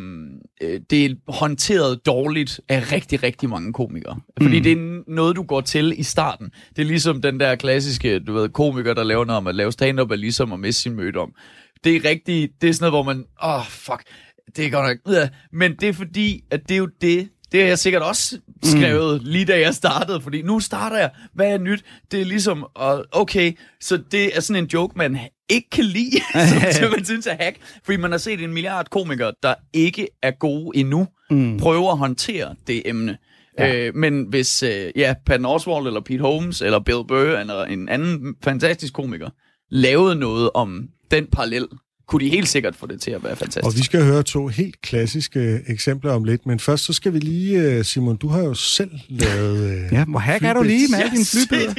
S4: det er håndteret dårligt af rigtig, rigtig mange komikere. Fordi mm. det er noget, du går til i starten. Det er ligesom den der klassiske, du ved, komiker, der laver noget om at lave stand-up, er ligesom at miste sin møde om. Det er rigtig, det er sådan noget, hvor man, åh, oh, fuck, det er godt nok, ja. Men det er fordi, at det er jo det, det har jeg sikkert også skrevet, mm. lige da jeg startede, fordi nu starter jeg, hvad er nyt? Det er ligesom, okay, så det er sådan en joke, man ikke kan lide, som, som man synes er hack, fordi man har set en milliard komikere, der ikke er gode endnu, mm. prøver at håndtere det emne. Ja. Øh, men hvis øh, ja, Patton Oswalt, eller Pete Holmes, eller Bill Burr, eller en anden fantastisk komiker, lavede noget om den parallel, kunne de helt sikkert få det til at være fantastisk.
S2: Og vi skal høre to helt klassiske eksempler om lidt, men først så skal vi lige, Simon, du har jo selv lavet...
S3: Ja, hvor hack er du lige med alle dine flybilleder?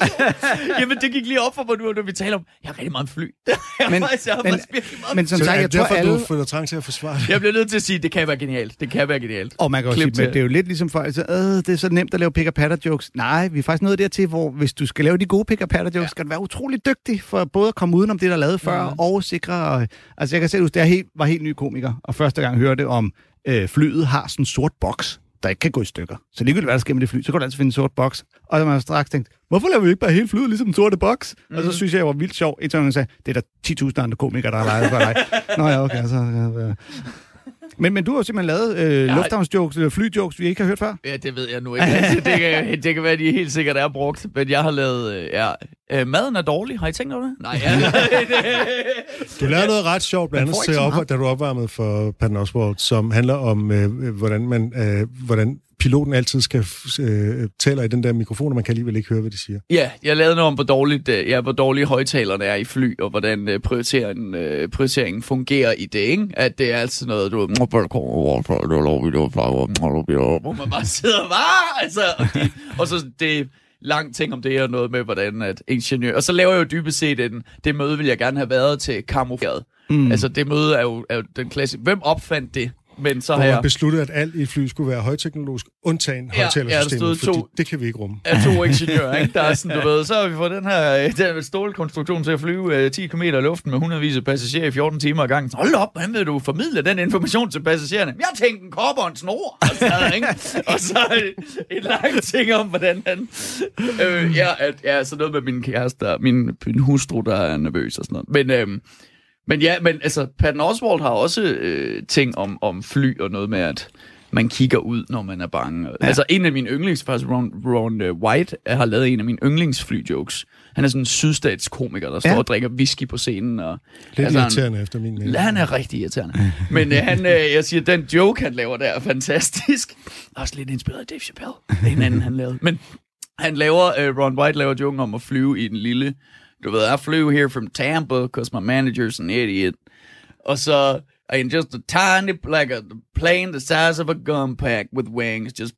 S4: Jamen, det gik lige op for mig nu, når vi taler om, jeg har rigtig meget fly.
S3: men,
S4: faktisk, jeg har
S3: men,
S4: meget
S3: men som
S2: så
S3: sagt, jeg
S2: derfor,
S3: tror alle...
S2: du føler trang til at forsvare det.
S4: Jeg bliver nødt til at sige, det kan være genialt. Det kan være genialt.
S3: Og man kan også sige, men det er jo lidt ligesom folk, altså, øh, det er så nemt at lave pick-a-patter-jokes. Nej, vi er faktisk nået dertil, hvor hvis du skal lave de gode pick-a-patter-jokes, ja. skal du være utrolig dygtig for både at komme udenom det, der er lavet før, mm. og sikre... Øh, altså, jeg kan selv huske, jeg helt, var helt ny komiker, og første gang hørte om, øh, flyet har sådan en sort boks, der ikke kan gå i stykker. Så ligegyldigt, hvad der sker med det fly, så kan du altid finde en sort boks. Og så har man straks tænkt, hvorfor laver vi ikke bare helt flyet ligesom en sorte boks? Mm. Og så synes jeg, jeg var vildt sjov. Et gang sagde, det er der ti tusind andre komikere, der har leget for dig. Nå ja, okay, så... Ja. Men, men du har jo simpelthen lavet øh, ja, lufthavnsjokes, eller flyjokes, vi ikke har hørt før?
S4: Ja, det ved jeg nu ikke. Altså, det, kan, det kan være, at de helt sikkert er brugt. Men jeg har lavet... Øh, ja, øh, maden er dårlig. Har I tænkt over det? Nej, ja.
S2: Du lavede noget ret sjovt, blandt andet til op, da du opvarmede for Patton Oswalt, som handler om, øh, hvordan man... Øh, hvordan piloten altid skal øh, tale i den der mikrofon, og man kan alligevel ikke høre, hvad de siger.
S4: Ja, jeg lavede noget om, hvor dårligt, øh, ja, hvor dårlige højtalerne er i fly, og hvordan øh, prioriteringen, øh, prioriteringen fungerer i det, ikke? At det er altid noget, du hvor man bare sidder og var, altså, og, de, og så det lang ting om det, og noget med, hvordan at ingeniør... Og så laver jeg jo dybest set en, det møde, vil jeg gerne have været til kamufleret. Mm. Altså, det møde er jo, er jo den klassiske... Hvem opfandt det? men så
S2: Hvor
S4: har
S2: man
S4: jeg...
S2: besluttet, at alt i et fly skulle være højteknologisk, undtagen
S4: Ja,
S2: højtalersystemet,
S4: ja,
S2: fordi
S4: to-
S2: det kan vi ikke rumme.
S4: er to ingeniører, ikke? Der er sådan, du ved, så har vi fået den her, den her stålkonstruktion til at flyve uh, ti kilometer i luften med hundredvis af passagerer i fjorten timer ad gangen. Hold op, hvordan vil du formidle den information til passagererne? Jeg tænkte en kobber og en snor. Og så, ikke? Og så en lang ting om, hvordan han... Øh, ja, at, ja, så noget med min kæreste og min, min hustru, der er nervøs og sådan noget. Men... Øh, Men ja, men altså, Patton Oswalt har også øh, ting om, om fly og noget med, at man kigger ud, når man er bange. Ja. Altså, en af mine yndlings, faktisk Ron, Ron uh, White, har lavet en af mine yndlingsfly-jokes. Han er sådan en sydstatskomiker, der står ja. og drikker whisky på scenen. Og,
S2: Lidt
S4: altså,
S2: irriterende efter min mening.
S4: Han er rigtig irriterende. Men øh, han, øh, jeg siger, den joke, han laver der, er fantastisk. Også lidt inspireret af Dave Chappelle. Det er en anden, han lavede. Men han laver, øh, Ron White laver joken om at flyve i den lille... Du ved, I flew here from Tampa because my manager's an idiot. Og så, I in just a tiny, like a plane the size of a gun pack with wings, just...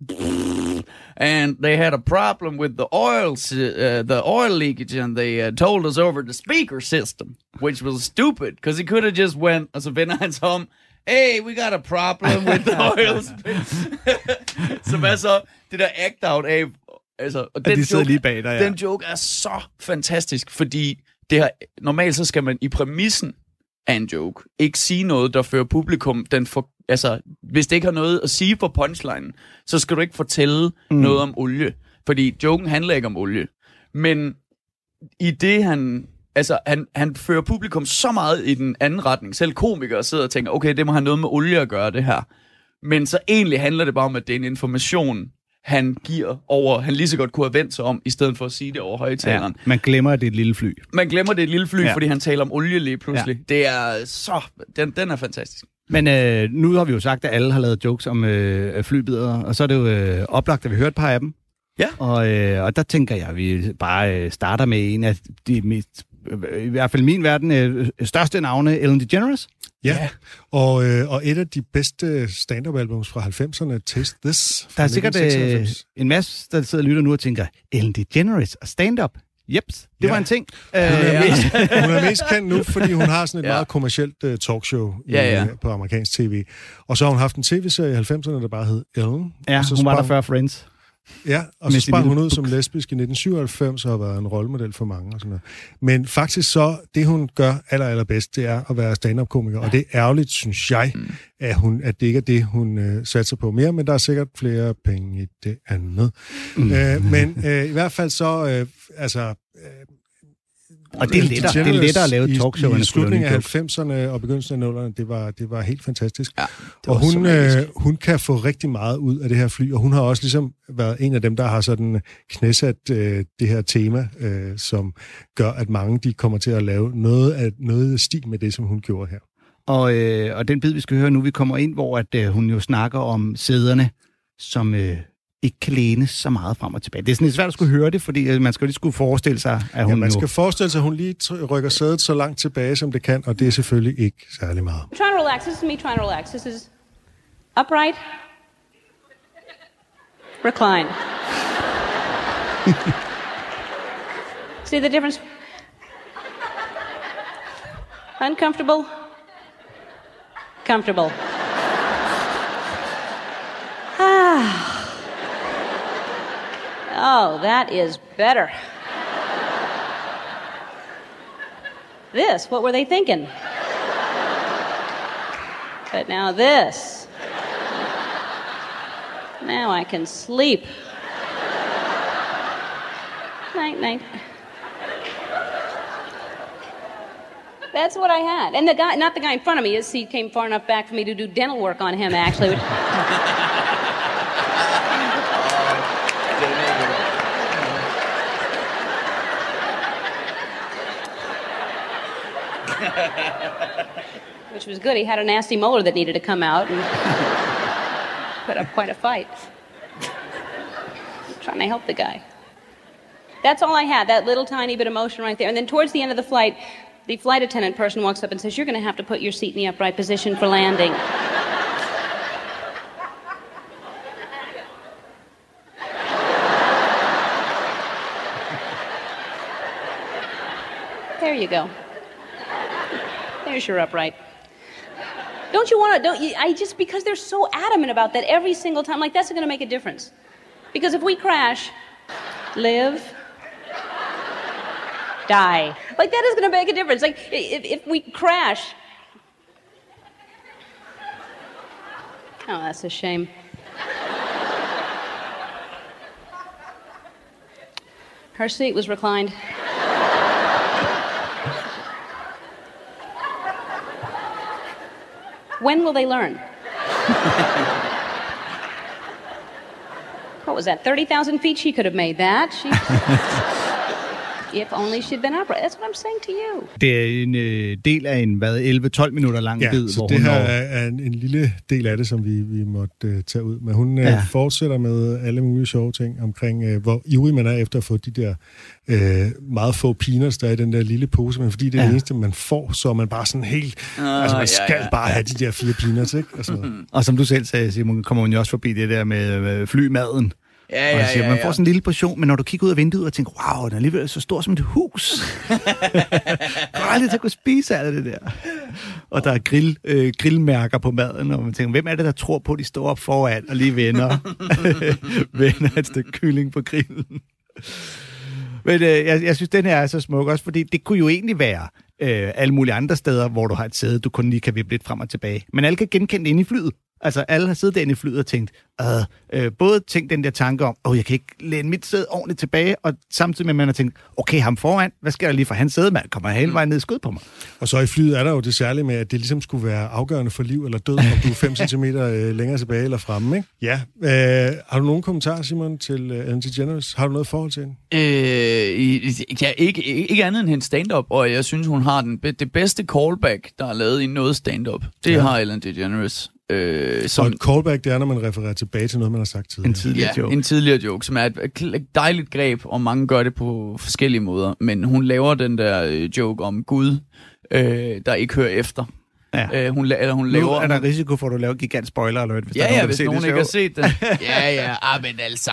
S4: And they had a problem with the oil, uh, the oil leakage, and they uh, told us over the speaker system, which was stupid, because he could have just went, og så vender han sig om, hey, we got a problem with the oil spill. Så hvad så? Det der act-out af... Altså, og den,
S3: de sidder
S4: joke,
S3: lige bag dig, ja.
S4: Den joke er så fantastisk, fordi det her, normalt så skal man i præmissen af en joke ikke sige noget, der fører publikum, den for, altså, hvis det ikke har noget at sige for punchlinen, så skal du ikke fortælle mm. noget om olie, fordi joken handler ikke om olie. Men i det, han, altså, han, han fører publikum så meget i den anden retning, selv komikere sidder og tænker, okay, det må have noget med olie at gøre, det her. Men så egentlig handler det bare om, at det er en information, han giver over, han lige så godt kunne have vendt sig om, i stedet for at sige det over højtaleren.
S3: Ja, man glemmer, at det er et lille fly.
S4: Man glemmer, det er et lille fly, ja. fordi han taler om olie lige pludselig. Ja. Det er så... Den, den er fantastisk.
S3: Men øh, nu har vi jo sagt, at alle har lavet jokes om øh, flybidder, og så er det jo øh, oplagt, at vi hørte et par af dem.
S4: Ja.
S3: Og, øh, og der tænker jeg, at vi bare øh, starter med en af de mest, øh, i hvert fald i min verden, øh, største navne, Ellen DeGeneres.
S2: Ja, ja. Og, øh, og et af de bedste stand-up-albums fra halvfemserne, Taste This.
S3: Der er sikkert øh, en masse, der sidder og lytter nu og tænker, Ellen DeGeneres og stand-up? Jeps, det ja. var en ting.
S2: Hun er, mest, hun er mest kendt nu, fordi hun har sådan et ja. meget kommercielt uh, talkshow i, ja, ja. på amerikansk tv. Og så har hun haft en tv-serie i halvfemserne, der bare hed Ellen.
S3: Ja,
S2: og så
S3: hun var der
S2: sprang,
S3: før Friends.
S2: Ja, og så sprang hun ud som lesbisk i nitten syvoghalvfems og har været en rollemodel for mange og sådan noget. Men faktisk så, det hun gør aller, allerbedst, det er at være stand-up-komiker. Og det er ærgerligt, synes jeg, mm. at, hun, at det ikke er det, hun øh, satser på mere, men der er sikkert flere penge i det andet. Mm. Øh, men øh, i hvert fald så, øh, altså... Øh,
S3: Og det er lettere, det er lettere at lave et talkshow,
S2: i, i slutningen af halvfemserne og begyndelsen af nullerne, det var, det var helt fantastisk.
S4: Ja,
S2: og hun, øh, hun kan få rigtig meget ud af det her fly, og hun har også ligesom været en af dem, der har sådan knæsat øh, det her tema, øh, som gør, at mange de kommer til at lave noget af noget stil med det, som hun gjorde her.
S3: Og, øh, og den bid, vi skal høre nu, vi kommer ind, hvor at, øh, hun jo snakker om sæderne, som... Øh, ikke kan læne så meget frem og tilbage. Det er sådan lidt svært at skulle høre det, fordi man skal lige skulle forestille sig, at hun...
S2: Ja, man skal
S3: nu...
S2: forestille sig, at hun lige rykker sædet så langt tilbage, som det kan, og det er selvfølgelig ikke særlig meget.
S7: I'm trying to relax. This is me trying to relax. This is upright. Recline. See the difference? Uncomfortable. Comfortable. Ah. Oh, that is better. This, what were they thinking? But now this. Now I can sleep. Night, night. That's what I had. And the guy, not the guy in front of me, his seat came far enough back for me to do dental work on him, actually. Which... Which was good. He had a nasty molar that needed to come out and put up quite a fight. I'm trying to help the guy. That's all I had, that little tiny bit of motion right there. And then towards the end of the flight, the flight attendant person walks up and says, "You're going to have to put your seat in the upright position for landing." There you go. There's your upright. Don't you want to, don't you, I just, because they're so adamant about that every single time, like that's going to make a difference. Because if we crash, live, die. Like that is going to make a difference. Like if, if we crash, oh, that's a shame. Her seat was reclined. When will they learn? What was that, thirty thousand feet? She could have made that. She... If only she'd been upright. That's what I'm saying to you.
S3: Det er en øh, del af en, hvad, elleve tolv minutter lang
S2: ja,
S3: bid,
S2: så
S3: hvor
S2: det
S3: hun
S2: her
S3: når...
S2: er en, en lille del af det, som vi, vi måtte uh, tage ud. Men hun uh, ja. fortsætter med alle mulige sjove ting omkring, uh, hvor ivrig man er efter at få de der uh, meget få peanuts, der er i den der lille pose. Men fordi det er ja. det eneste, man får, så er man bare sådan helt... Uh, altså, man skal ja, ja. bare have de der fire peanuts, ikke? Altså.
S3: Og som du selv sagde, Simon, kommer hun jo også forbi det der med, med flymaden.
S4: Ja, ja,
S3: siger,
S4: ja, ja.
S3: man får sådan en lille portion, men når du kigger ud af vinduet og tænker, wow, den er alligevel så stor som et hus. Jeg kommer aldrig til at kunne spise alt det der. Og der er grill, øh, grillmærker på maden, og man tænker, hvem er det, der tror på, at de står op foran og lige vender, vender et stykke kylling på grillen. Men øh, jeg, jeg synes, den her er så smuk også, fordi det kunne jo egentlig være øh, alle mulige andre steder, hvor du har et sæde, du kun lige kan vippe lidt frem og tilbage. Men alle kan genkende det inde i flyet. Altså, alle har siddet derinde i flyet og tænkt, øh, øh, både tænkt den der tanke om, åh, oh, jeg kan ikke læne mit sæde ordentligt tilbage, og samtidig med, at man har tænkt, okay, ham foran, hvad skal der lige for hans sæde, mand? Kommer hele vejen ned i skød på mig?
S2: Og så i flyet er der jo det særlige med, at det ligesom skulle være afgørende for liv eller død, om du er fem centimeter øh, længere tilbage eller fremme, ikke? Ja. Øh, har du nogen kommentarer, Simon, til uh, Ellen DeGeneres? Har du noget forhold til hende?
S4: Øh, ja, ikke, ikke andet end hendes stand-up, og jeg synes, hun har den, det bedste callback, der er lavet i noget stand-up. Det ja. har Ellen DeGeneres. Øh, som,
S2: og et callback, det er, når man refererer tilbage til noget, man har sagt tidligere.
S3: En tidligere
S4: ja,
S3: joke.
S4: en tidligere joke, som er et dejligt greb, og mange gør det på forskellige måder. Men hun laver den der joke om Gud, øh, der ikke hører efter.
S3: Ja.
S4: Øh, hun, eller hun laver,
S3: nu er der risiko for, at du laver gigant spoiler alert, hvis
S4: ja,
S3: der er
S4: ja,
S3: nogen,
S4: hvis nogen
S3: det
S4: ikke har set det. ja, ja, ah, men altså...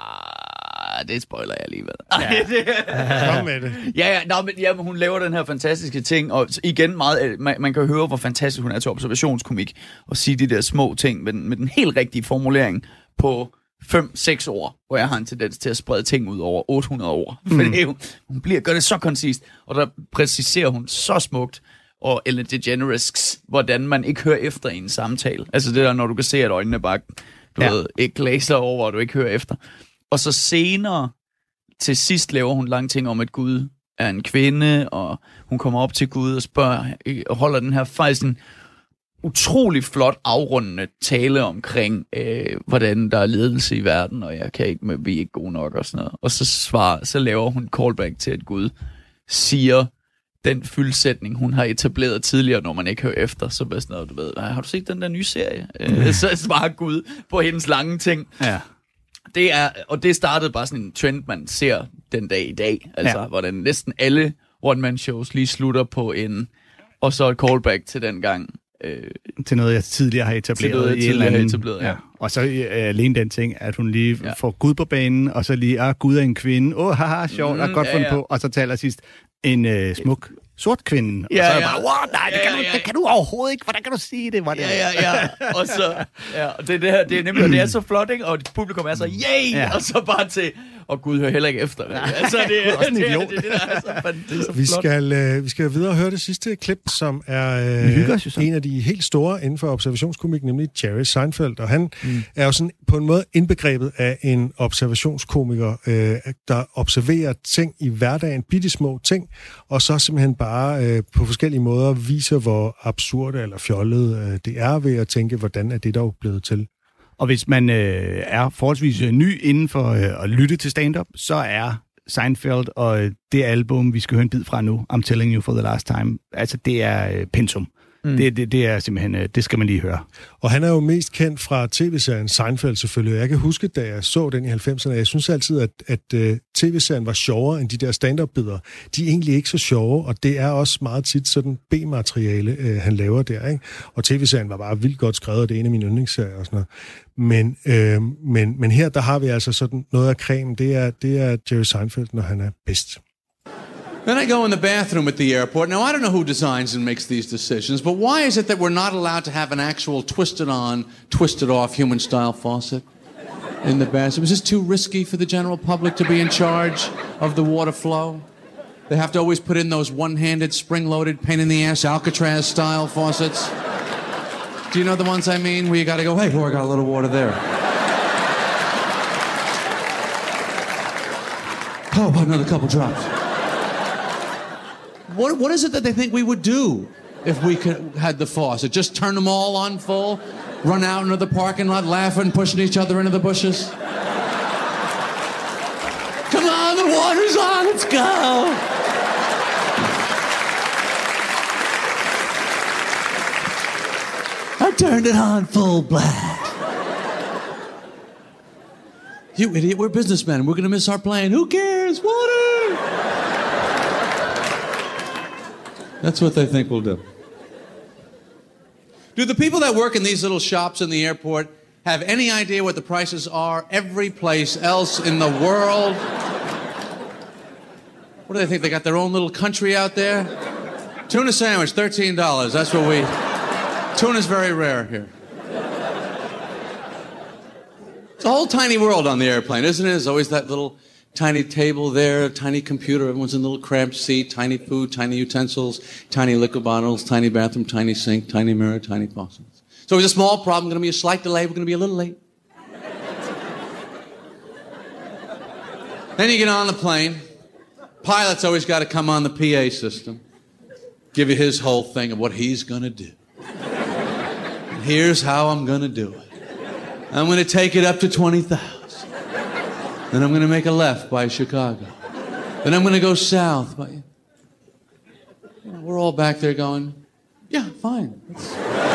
S4: Det spoiler jeg alligevel.
S2: Ja. Kom med det.
S4: Ja, ja, no, men, ja, men hun laver den her fantastiske ting, og igen meget, man, man kan høre, hvor fantastisk hun er til observationskomik, og sige de der små ting med den, med den helt rigtige formulering på fem seks år, hvor jeg har en tendens til at sprede ting ud over otte hundrede år. Mm. For det, hun bliver, gør det så koncist, og der præciserer hun så smukt, og Ellen DeGeneres, hvordan man ikke hører efter i en samtale. Altså det der, når du kan se, at øjnene bare du ja. ved, ikke glæser over, og du ikke hører efter. Og så senere, til sidst laver hun lange ting om, at Gud er en kvinde, og hun kommer op til Gud og spørger, og holder den her faktisk en utrolig flot afrundende tale omkring, øh, hvordan der er ledelse i verden, og jeg kan ikke, men vi er ikke gode nok og sådan noget. Og så, svarer, så laver hun callback til, at Gud siger den fyldsætning, hun har etableret tidligere, når man ikke hører efter. Så bare sådan noget, du ved, har du set den der nye serie? Øh, så svarer Gud på hendes lange ting.
S3: Ja.
S4: Det er, og det startede bare sådan en trend, man ser den dag i dag. Altså, ja. Hvordan næsten alle one-man-shows lige slutter på en, og så et callback til den gang. Øh,
S3: til noget, jeg tidligere har etableret.
S4: Til noget, jeg tidligere har etableret, ja. ja.
S3: Og så øh, alene den ting, at hun lige
S4: ja.
S3: får Gud på banen, og så lige, ah, Gud er en kvinde. Åh, oh, haha, sjovt, mm, der er godt ja, fundet ja. på. Og så taler sidst en øh, smuk sort kvinde.
S4: Ja,
S3: og så er jeg
S4: ja.
S3: bare, wow, nej, det,
S4: ja,
S3: kan
S4: ja,
S3: du,
S4: ja.
S3: det kan du overhovedet ikke. Hvordan kan du sige det? Var det
S4: ja, ja, ja. Og så, ja, og det, det, her, det er nemlig, det er så flot, ikke? Og publikum er så, yay! Ja. Og så bare til, og Gud hører heller ikke efter. Ja. Altså, det er også en idiot. Det, det, det, der er så, det er så
S2: vi, skal, øh, vi skal videre og høre det sidste klip, som er øh, en af de helt store inden for observationskomik, nemlig Jerry Seinfeld. Og han mm. er jo sådan på en måde indbegrebet af en observationskomiker, øh, der observerer ting i hverdagen, bittesmå ting, og så simpelthen bare øh, på forskellige måder viser, hvor absurd eller fjollet øh, det er ved at tænke, hvordan er det dog blevet til.
S3: Og hvis man øh, er forholdsvis ny inden for øh, at lytte til stand-up, så er Seinfeld og det album, vi skal høre en bid fra nu, I'm Telling You for the Last Time, altså det er øh, pensum. Mm. Det, det, det er simpelthen, øh, det skal man lige høre.
S2: Og han er jo mest kendt fra tv-serien Seinfeld selvfølgelig. Jeg kan huske, da jeg så den i halvfemserne, jeg synes altid, at, at uh, tv-serien var sjovere end de der stand-up-bidder. De er egentlig ikke så sjove, og det er også meget tit sådan B-materiale, uh, han laver der, ikke? Og tv-serien var bare vildt godt skrevet, og det er en af mine yndlingsserier og sådan noget. Men, øh, men, men her, der har vi altså sådan noget af cremen. Det er, det er Jerry Seinfeld, når han er bedst.
S8: Then I go in the bathroom at the airport. Now, I don't know who designs and makes these decisions, but why is it that we're not allowed to have an actual twisted-on, twisted-off human-style faucet in the bathroom? Is this too risky for the general public to be in charge of the water flow? They have to always put in those one-handed, spring-loaded, pain-in-the-ass Alcatraz-style faucets. Do you know the ones I mean? Where you got to go, hey, boy, I got a little water there. Oh, about another couple drops. What, what is it that they think we would do if we could, had the faucet? Just turn them all on full? Run out into the parking lot laughing, pushing each other into the bushes? Come on, the water's on, let's go! I turned it on full blast. You idiot, we're businessmen. We're gonna miss our plane. Who cares? Water! That's what they think we'll do. Do the people that work in these little shops in the airport have any idea what the prices are every place else in the world? What do they think? They got their own little country out there? Tuna sandwich, thirteen dollars. That's what we... Tuna's very rare here. It's a whole tiny world on the airplane, isn't it? There's always that little tiny table there, a tiny computer, everyone's in a little cramped seat, tiny food, tiny utensils, tiny liquor bottles, tiny bathroom, tiny sink, tiny mirror, tiny faucets. So it's a small problem, going to be a slight delay, we're going to be a little late. Then you get on the plane. Pilot's always got to come on the P A system, give you his whole thing of what he's going to do. And here's how I'm going to do it. I'm going to take it up to twenty thousand. Then I'm going to make a left by Chicago. Then I'm going to go south by... You know, we're all back there going, yeah, fine. Let's...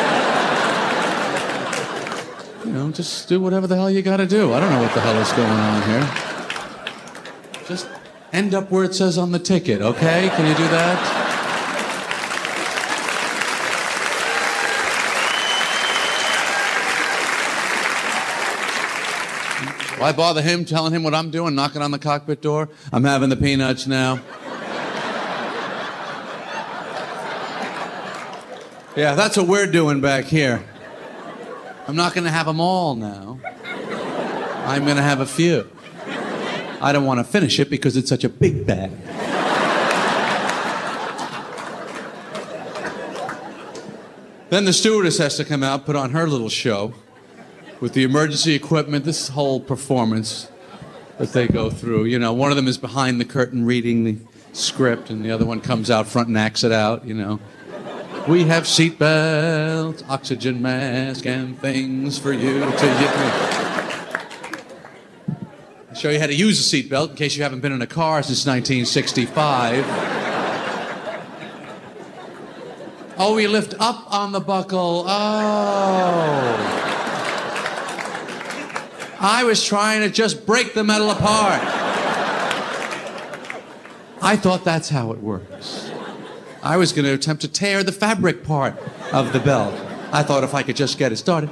S8: You know, just do whatever the hell you got to do. I don't know what the hell is going on here. Just end up where it says on the ticket, okay? Can you do that? Why bother him, telling him what I'm doing, knocking on the cockpit door? I'm having the peanuts now. Yeah, that's what we're doing back here. I'm not going to have them all now. I'm going to have a few. I don't want to finish it because it's such a big bag. Then the stewardess has to come out, put on her little show with the emergency equipment, this whole performance that they go through. You know, one of them is behind the curtain reading the script, and the other one comes out front and acts it out, you know. We have seat belts, oxygen mask, and things for you to use. I'll show you how to use a seat belt in case you haven't been in a car since nineteen sixty-five. Oh, we lift up on the buckle. Oh. I was trying to just break the metal apart. I thought that's how it works. I was going to attempt to tear the fabric part of the belt. I thought if I could just get it started.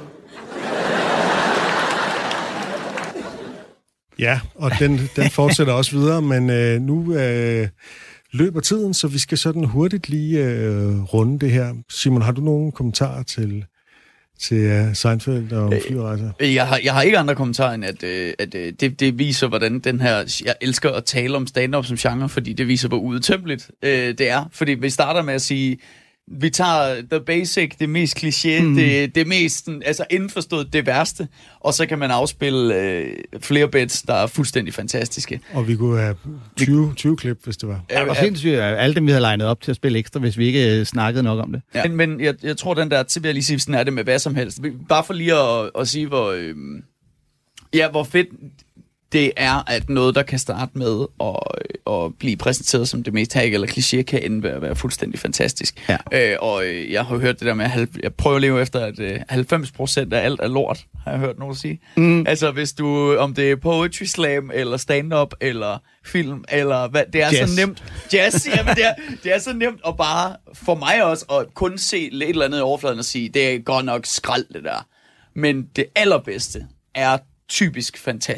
S2: Ja, og den, den fortsætter også videre, men øh, nu øh, løber tiden, så vi skal sådan hurtigt lige øh, runde det her. Simon, har du nogen kommentarer til... til uh, Seinfeld og flyrejser?
S4: Jeg har, jeg har ikke andre kommentarer end, at, øh, at øh, det, det viser, hvordan den her... Jeg elsker at tale om stand-up som genre, fordi det viser, hvor udtømmeligt øh, det er. Fordi vi starter med at sige, vi tager the basic, det mest kliché, mm. det, det mest altså indforstået, det værste, og så kan man afspille øh, flere bits, der er fuldstændig fantastiske.
S2: Og vi kunne have tyve, tyve klip, hvis det var.
S3: Ja, det var sindssygt, alle dem, vi havde legnet op til at spille ekstra, hvis vi ikke snakkede nok om det.
S4: Ja. Men, men jeg, jeg tror, den der, til vil jeg lige sige, sådan er det med hvad som helst. Bare for lige at, at sige, hvor, øh, ja, hvor fedt det er, at noget, der kan starte med at, at blive præsenteret som det mest hack eller kliché, kan ende med at være fuldstændig fantastisk. Ja. Øh, og jeg har hørt det der med, at jeg prøver at leve efter, at øh, halvfems procent af alt er lort, har jeg hørt nogen sige. Mm. Altså, hvis du, om det er poetry slam, eller stand-up, eller film, eller hvad, det er jazz. Så nemt. Jazz, jamen det er, det er så nemt at bare, for mig også, at kun se et eller andet i overfladen og sige, det er godt nok skrald, det der. Men det allerbedste er typisk fantastisk.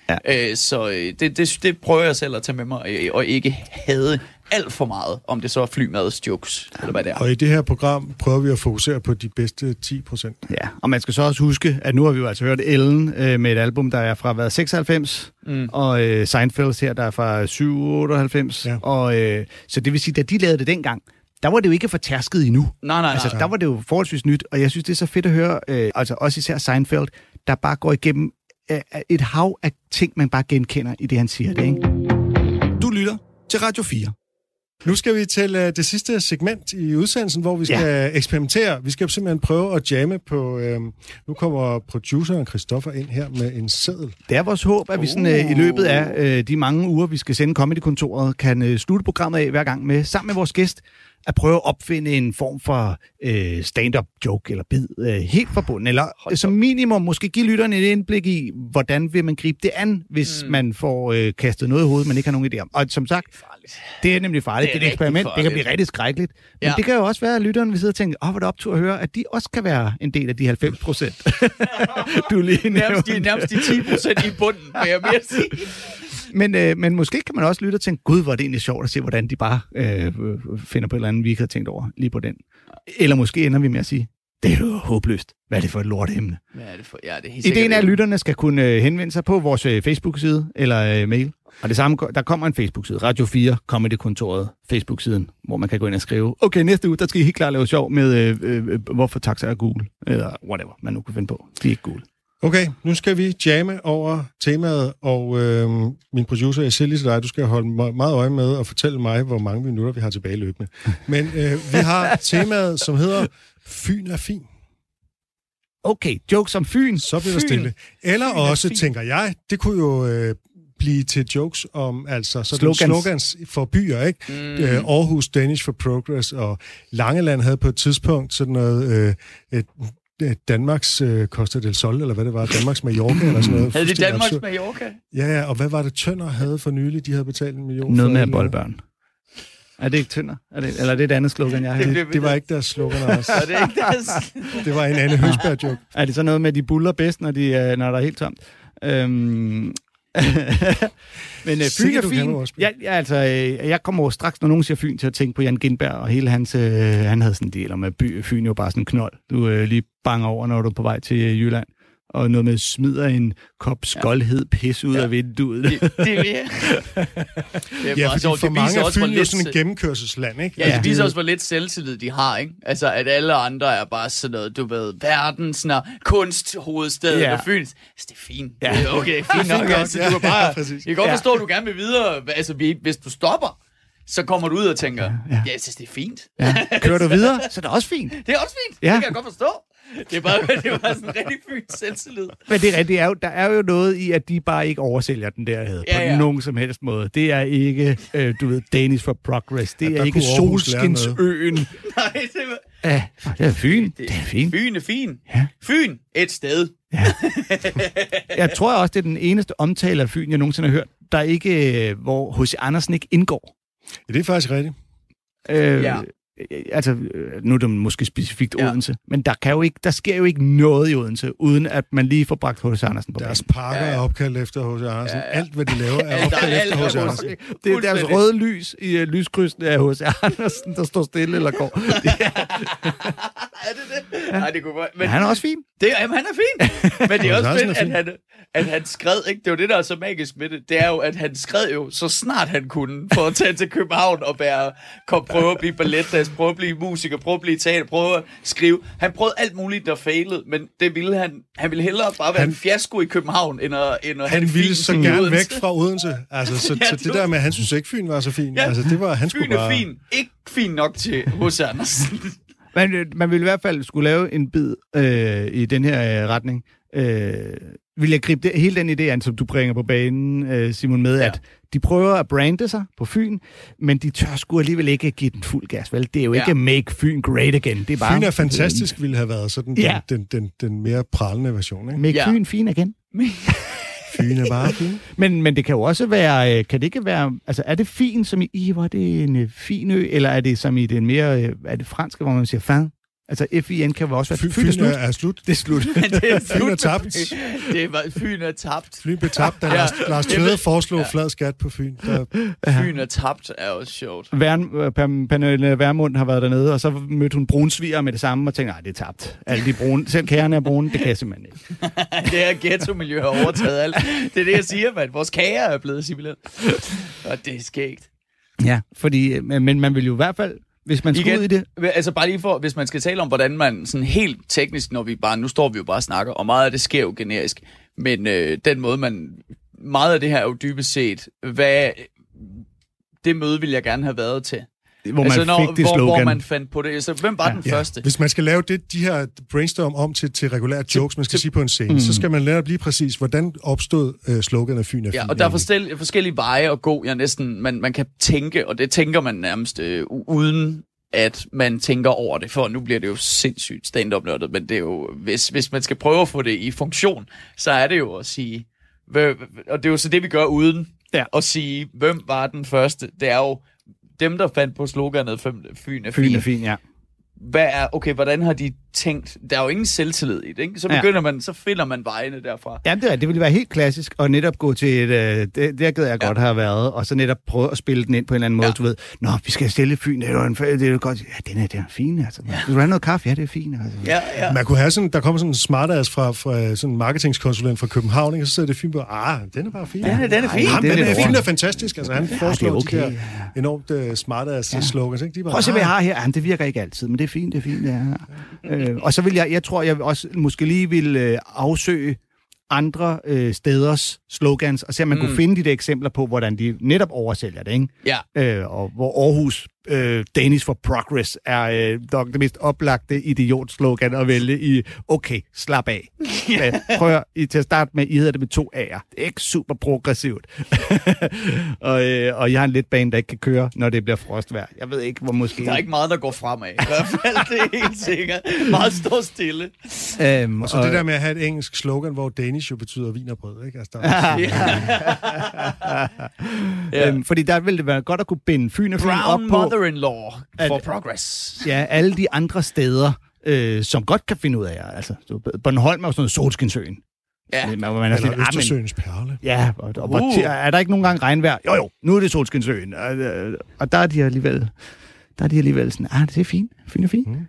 S4: Ja. Øh, så øh, det, det, det prøver jeg selv at tage med mig, øh, og ikke hade alt for meget, om det så er flymads jokes, eller hvad det er.
S2: Og i det her program prøver vi at fokusere på de bedste ti procent.
S3: Ja, og man skal så også huske, at nu har vi jo altså hørt Ellen øh, med et album, der er fra hvad, seksoghalvfems, mm. og øh, Seinfeld her, der er fra syv otteoghalvfems. Ja. Og, øh, så det vil sige, da de lavede det dengang, der var det jo ikke fortærsket endnu.
S4: Nej, nej,
S3: altså,
S4: nej.
S3: Der var det jo forholdsvis nyt, og jeg synes, det er så fedt at høre, øh, altså også især Seinfeld, der bare går igennem øh, et hav af ting, man bare genkender i det, han siger det, ikke?
S1: Du lytter til Radio fire.
S2: Nu skal vi til uh, det sidste segment i udsendelsen, hvor vi skal ja. eksperimentere. Vi skal simpelthen prøve at jamme på... Uh, nu kommer produceren Christoffer ind her med en seddel.
S3: Det er vores håb, at vi sådan, uh, i løbet af uh, de mange uger, vi skal sende Comedy-kontoret, kan uh, slutte programmet af hver gang med, sammen med vores gæst, at prøve at opfinde en form for øh, stand-up joke eller bid øh, helt fra bunden, eller Hold som minimum måske give lytterne et indblik i, hvordan vil man gribe det an, hvis mm. man får øh, kastet noget i hovedet, man ikke har nogen idé om. Og som sagt, det er, det er nemlig farligt. Det er, det er et eksperiment. Farligt. Det kan blive rigtig skrækkeligt. Men ja. det kan jo også være, at lytterne vil sidde og tænke, åh, hvor er det optur at høre, at de også kan være en del af de halvfems procent. Du lige
S4: nærmest, de, nærmest de ti procent i bunden, vil jeg mere sige.
S3: Men, øh, men måske kan man også lytte og tænke, gud, hvor er det egentlig sjovt at se, hvordan de bare øh, finder på et eller andet, vi ikke har tænkt over lige på den. Eller måske ender vi med at sige, det er jo håbløst. Hvad er det for et lortemne?
S4: Hvad er det for? Ja, det er helt
S3: ideen er, at lytterne skal kunne øh, henvende sig på vores øh, Facebook-side eller øh, mail. Og det samme, der kommer en Facebook-side, Radio fire, Comedy-kontoret, Facebook-siden, hvor man kan gå ind og skrive, okay, næste uge, der skal I helt klart lave sjov med, øh, øh, hvorfor taxa er gul, eller whatever, man nu kan finde på. De er ikke gule.
S2: Okay, nu skal vi jamme over temaet, og øh, min producer, jeg siger lige til dig, du skal holde meget øje med og fortælle mig, hvor mange minutter vi har tilbage løbende. Men øh, vi har temaet, som hedder Fyn er fin.
S3: Okay, jokes om Fyn.
S2: Så bliver der stille. Eller Fyn også, tænker jeg, det kunne jo øh, blive til jokes om altså sådan slogans, slogans for byer, ikke? Mm. Øh, Aarhus, Danish for Progress, og Langeland havde på et tidspunkt sådan noget... Øh, et, Danmarks øh, Costa del Sol, eller hvad det var, Danmarks Mallorca, eller sådan noget.
S4: Havde det Danmarks absurd. Mallorca?
S2: Ja, ja, og hvad var det, Tønder havde for nylig? De havde betalt en million.
S3: Noget med boldbørn. Er det ikke Tønder? Er det, eller er det et andet slogan, jeg har?
S2: Det, det, det var ikke deres slogan også.
S4: Er det ikke deres?
S2: Det var en anden Høsberg-joke.
S3: Er det så noget med, at de buller bedst, når, de, når der er helt tomt? Øhm... Men uh, Fyn er fin. Ja, ja, altså, øh, jeg kommer straks, når nogen siger Fyn, til at tænke på Jan Gindberg, og hele hans, øh, han havde sådan en del om, at by, Fyn jo bare sådan en knold. Du øh, lige banger over, når du er på vej til øh, Jylland. Og noget med smider en kop skoldhed pis ud ja. af vinduet.
S4: Det, det er
S2: ja, fordi for det mange er Fyn jo sådan en gennemkørselsland, ikke?
S4: Ja, det viser også, hvor lidt selvtillid de har, ikke? Altså, at alle andre er bare sådan noget, du ved, verdens kunsthovedstad ja. og Fyn. Altså, det er fint. Ja. Det er okay, fint nok. Altså, du er bare, ja, jeg kan godt ja. forstå, at du gerne vil videre. Altså, hvis du stopper, så kommer du ud og tænker, ja, ja. ja jeg synes, det er fint.
S3: Ja. Kører du videre, så er det også fint.
S4: Det er også fint, ja. Det kan jeg godt forstå. Det er bare, det er bare sådan en rigtig fint selvtillid.
S3: Men det er rigtigt, er jo, der er jo noget i, at de bare ikke oversælger den der hed, ja, ja. på nogen som helst måde. Det er ikke, øh, du ved, Danish for Progress. Det ja, er ikke Solskinsøen.
S4: Nej, det
S3: er... Ja, det er Fyn. Det, det er fint.
S4: Fyn er fin. Ja. Fyn, et sted. Ja.
S3: Jeg tror også, det er den eneste omtale af Fyn, jeg nogensinde har hørt, der ikke, hvor H C Andersen ikke indgår.
S2: Ja, det er faktisk rigtigt.
S3: Øh, ja. Altså, nu er det måske specifikt ja. Odense, men der, kan jo ikke, der sker jo ikke noget i Odense, uden at man lige får bragt H C Andersen på banen.
S2: Deres parker ja, ja. er opkaldt efter H C Andersen. Ja, ja. Alt, hvad de laver, er opkaldt efter H C Andersen.
S3: Det er deres røde lys i uh, lyskrydsene af H C Andersen, der står stille eller går.
S4: er det det? Ja. Nej, det kunne godt. Men
S3: han er også fin.
S4: Det, jamen, han er fin. Men det er også fedt, at han, at han skred, ikke? Det er jo det, der er så magisk med det. Det er jo, at han skred jo så snart han kunne, for at tage til København og være, kom, prøve at blive balletdags, prøve at blive musiker, prøve at blive teater, prøve at skrive. Han prøvede alt muligt, der failede, men det ville han, han ville hellere bare være han, en fiasko i København, end at, end at
S2: han ville så gerne væk fra Odense. Altså, så, ja, så det der med, at han synes ikke, Fyn var så fin. Ja, altså, det var, han skulle
S4: Fyn er
S2: bare...
S4: fin. Ikke fin nok til H C Andersen.
S3: Man, man ville i hvert fald skulle lave en bid øh, i den her øh, retning. Øh, vil jeg gribe det, hele den idé an, som du bringer på banen, øh, Simon, med, ja. At de prøver at brande sig på Fyn, men de tør sgu alligevel ikke give den fuld gas, vel? Det er jo ja. ikke make Fyn great again. Det er bare,
S2: Fyn er fantastisk, ville have været sådan ja. den, den, den, den mere prallende version, ikke?
S3: Make ja. Fyn fin igen.
S2: Fyn er bare fin.
S3: Men, men det kan jo også være, kan det ikke være, altså er det fin som i, i hvor er det en fin ø, eller er det som i den mere, er det franske, hvor man siger fin? Altså, F I N kan jo også være...
S2: Fyn, Fyn er, er slut.
S3: Det er slut.
S4: det er
S2: Fyn er tabt.
S4: Det var, Fyn er tabt.
S2: Fyn blev tabt, da Lars, Lars Tvede foreslog ja. flad skat på Fyn. Der...
S4: Fyn er tabt er også sjovt.
S3: Værn, Pernille Vermund har været dernede, og så mødte hun brunsviger med det samme, og tænkte, nej, det er tabt. Alle de brune, selv kagerne er brune, det kan jeg simpelthen ikke.
S4: Det her ghetto-miljø har overtaget alt. Det er det, jeg siger, mand. Vores kager er blevet simpelthen. Og det er skægt.
S3: Ja, fordi, men man vil jo i hvert fald, hvis man skal ud i det...
S4: Altså bare lige for, hvis man skal tale om, hvordan man sådan helt teknisk, når vi bare... Nu står vi jo bare og snakker, og meget af det sker jo generisk. Men øh, den måde, man... Meget af det her er jo dybest set, hvad... Det møde ville jeg gerne have været til.
S3: Hvor man altså, når, fik det
S4: hvor,
S3: slogan.
S4: Hvor man fandt på det. Så hvem var ja. den
S2: ja.
S4: første?
S2: Hvis man skal lave det, de her brainstorm om til, til regulære jokes, man skal til, sige på en scene, mm. så skal man lære at blive præcis, hvordan opstod øh, sloganet af Fyn er Fyn.
S4: Ja, og der er forskellige, forskellige veje at gå. Jeg næsten, man, man kan tænke, og det tænker man nærmest øh, uden at man tænker over det, for nu bliver det jo sindssygt stand-up-nørdet, men det er jo, hvis, hvis man skal prøve at få det i funktion, så er det jo at sige, og det er jo så det, vi gør uden ja. at sige, hvem var den første? Det er jo dem, der fandt på sloganet Fyn er Fyn.
S3: Fyn er Fyn, ja.
S4: Hvad er, okay, hvordan har de tænkt? Der er jo ingen selvtillid i det, ikke? Så begynder ja. man, så finder man vejene derfra.
S3: Ja, det, er, det ville være helt klassisk at netop gå til et, øh, det, der gad jeg ja. godt have været, og så netop prøve at spille den ind på en eller anden måde, ja. du ved, nå, vi skal stille Fyn, det er jo en, det er jo godt, ja, den er, den er fin, altså. Ja. Vil du have noget kaffe? Ja, det er fint, altså.
S4: Ja, ja.
S2: Man kunne have sådan, der kommer sådan en smartass fra, fra sådan en marketingskonsulent fra København, ikke? Og så sidder det fint på, ah, den er bare fin.
S4: Ja, den er fin.
S2: Ja,
S4: den
S2: er,
S4: er
S2: fin og fantastisk, altså han ja, foreslår
S3: okay,
S2: de der ja. enormt uh, smartass ja. slogans, ikke? De bare,
S3: prøv at se, hvad jeg har her. Jamen, det virker ikke altid, men det er fint, det er fint, ja. Øh, og så vil jeg, jeg tror, jeg også måske lige vil øh, afsøge andre øh, steders slogans, og se, om man mm. kunne finde de der eksempler på, hvordan de netop oversælger det, ikke?
S4: Ja.
S3: Øh, og hvor Aarhus øh, Danish for Progress er øh, nok det mest oplagte idiot-slogan at vælge i, okay, slap af. Ja. Prøv at, til at starte med, I hedder det med to A'er. Det er ikke super progressivt. og, øh, og jeg har en letbane, der ikke kan køre, når det bliver frostvejr. Jeg ved ikke, hvor måske...
S4: Der er ikke meget, der går fremad. I hvert fald, det er helt sikkert. Meget står stille.
S2: Øhm, og så og, det der med at have et engelsk slogan, hvor Danish jo betyder wienerbrød, ikke? Altså, der er
S3: ja. øhm, fordi der ville det være godt at kunne binde Fyn og Fyn op på...
S4: mother-in-law for at, progress.
S3: Ja, alle de andre steder, øh, som godt kan finde ud af jer. Altså, Bornholm er jo sådan noget Solskinsøen.
S2: Ja. Man, man er sådan, Østersøens perle.
S3: Ja, og, og uh. er der ikke nogen gange regnvejr? Jo, jo, nu er det Solskinsøen. Og, og der er de alligevel, der er de alligevel sådan, ah, det er fint, fint og fint. Mm.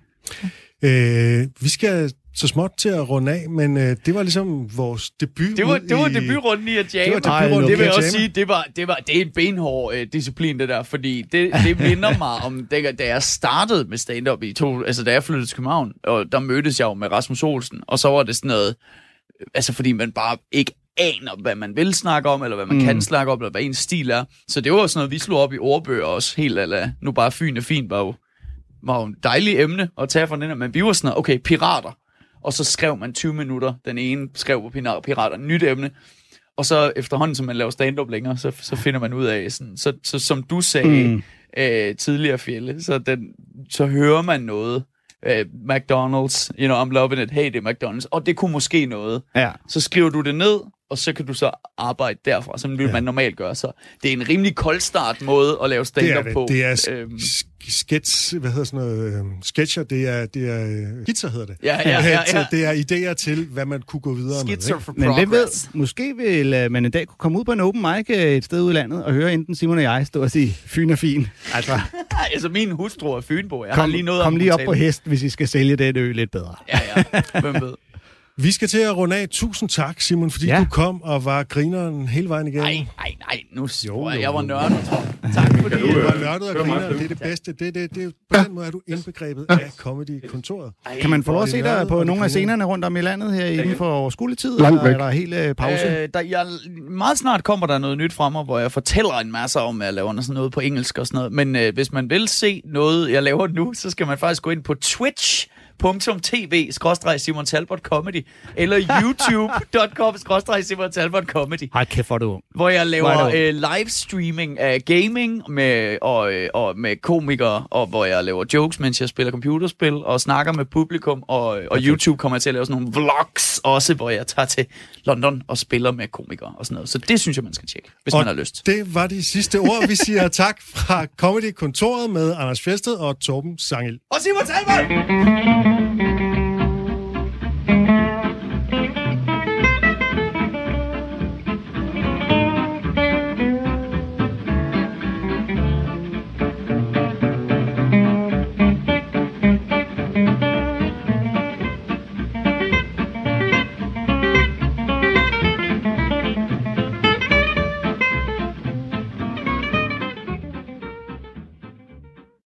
S2: Ja. Øh, vi skal så småt til at runde af, men øh, det var ligesom vores debut.
S4: Det var, det var i, debutrunden i at jamme. Det var debutrunden det vil jeg også sige, det var, det var det er en benhård øh, disciplin, det der, fordi det, det minder mig om, da, da jeg startede med stand-up i to, altså da jeg flyttede til København, og der mødtes jeg jo med Rasmus Olsen, og så var det sådan noget, altså fordi man bare ikke aner, hvad man vil snakke om, eller hvad man mm. kan snakke om, eller hvad ens stil er. Så det var sådan noget, vi slog op i ordbøger også, helt eller nu bare Fyn er fint, var jo, var jo en dejlig emne at tage fra den her, men vi var sådan noget, okay, pirater. Og så skrev man tyve minutter, den ene skrev på pirater, nyt emne, og så efterhånden, som man laver stand-up længere, så, så finder man ud af, sådan, så, så som du sagde mm. øh, tidligere, Fjelle, så, den, så hører man noget, øh, McDonald's, you know, I'm loving it, hey, det er McDonald's, og det kunne måske noget. Ja. Så skriver du det ned, og så kan du så arbejde derfra, som vil ja. man normalt gøre. Så det er en rimelig koldstart måde at lave stand-up på.
S2: Det er øhm. sketch, hvad hedder sådan noget, øh, sketcher, det er, det er skitser hedder det.
S4: Ja, ja, ja, ja.
S2: Det er idéer til, hvad man kunne gå videre
S4: Skitser
S2: med.
S4: For
S3: Men hvem ved, måske vil man en dag kunne komme ud på en open mic et sted ud i landet, og høre enten Simon og jeg stå og sige, Fyn er fin. Altså,
S4: altså min hustru er Fynbo. Jeg
S3: kom,
S4: har lige noget
S3: kom lige op på hest, hvis I skal sælge den ø lidt bedre.
S4: Ja, ja. Hvem ved.
S2: Vi skal til at runde af. Tusind tak, Simon, fordi ja. du kom og var grineren hele vejen igennem.
S4: Nej, nej, nej. Nu tror jeg, jeg var nørdet. Tak fordi
S2: du var nørdet og grineren. Det er det bedste. Det, det, det, på den måde er du indbegrebet af Comedy-kontoret.
S3: Kan man få lov at se dig på nogle af scenerne rundt om i landet her inden for skoletid? Langt væk. Eller er der helt pause?
S4: Øh, der, jeg, meget snart kommer der noget nyt fra mig, hvor jeg fortæller en masse om, at jeg laver sådan noget på engelsk og sådan noget. Men øh, hvis man vil se noget, jeg laver nu, så skal man faktisk gå ind på Twitch. .tv skråstreg Simon Talbot Comedy eller youtube punktum com skråstreg Simon Talbot Comedy.
S3: Ej, kæft for du.
S4: Hvor jeg laver øh, livestreaming af gaming med, og, og med komikere, og hvor jeg laver jokes, mens jeg spiller computerspil og snakker med publikum, og, og YouTube kommer jeg til at lave sådan nogle vlogs også, hvor jeg tager til London og spiller med komikere og sådan noget. Så det synes jeg, man skal tjekke, hvis
S2: og
S4: man har lyst.
S2: Det var de sidste ord. Vi siger tak fra Comedy-kontoret med Anders Fjeldsted og Torben Sangel.
S4: Og Simon Talbot!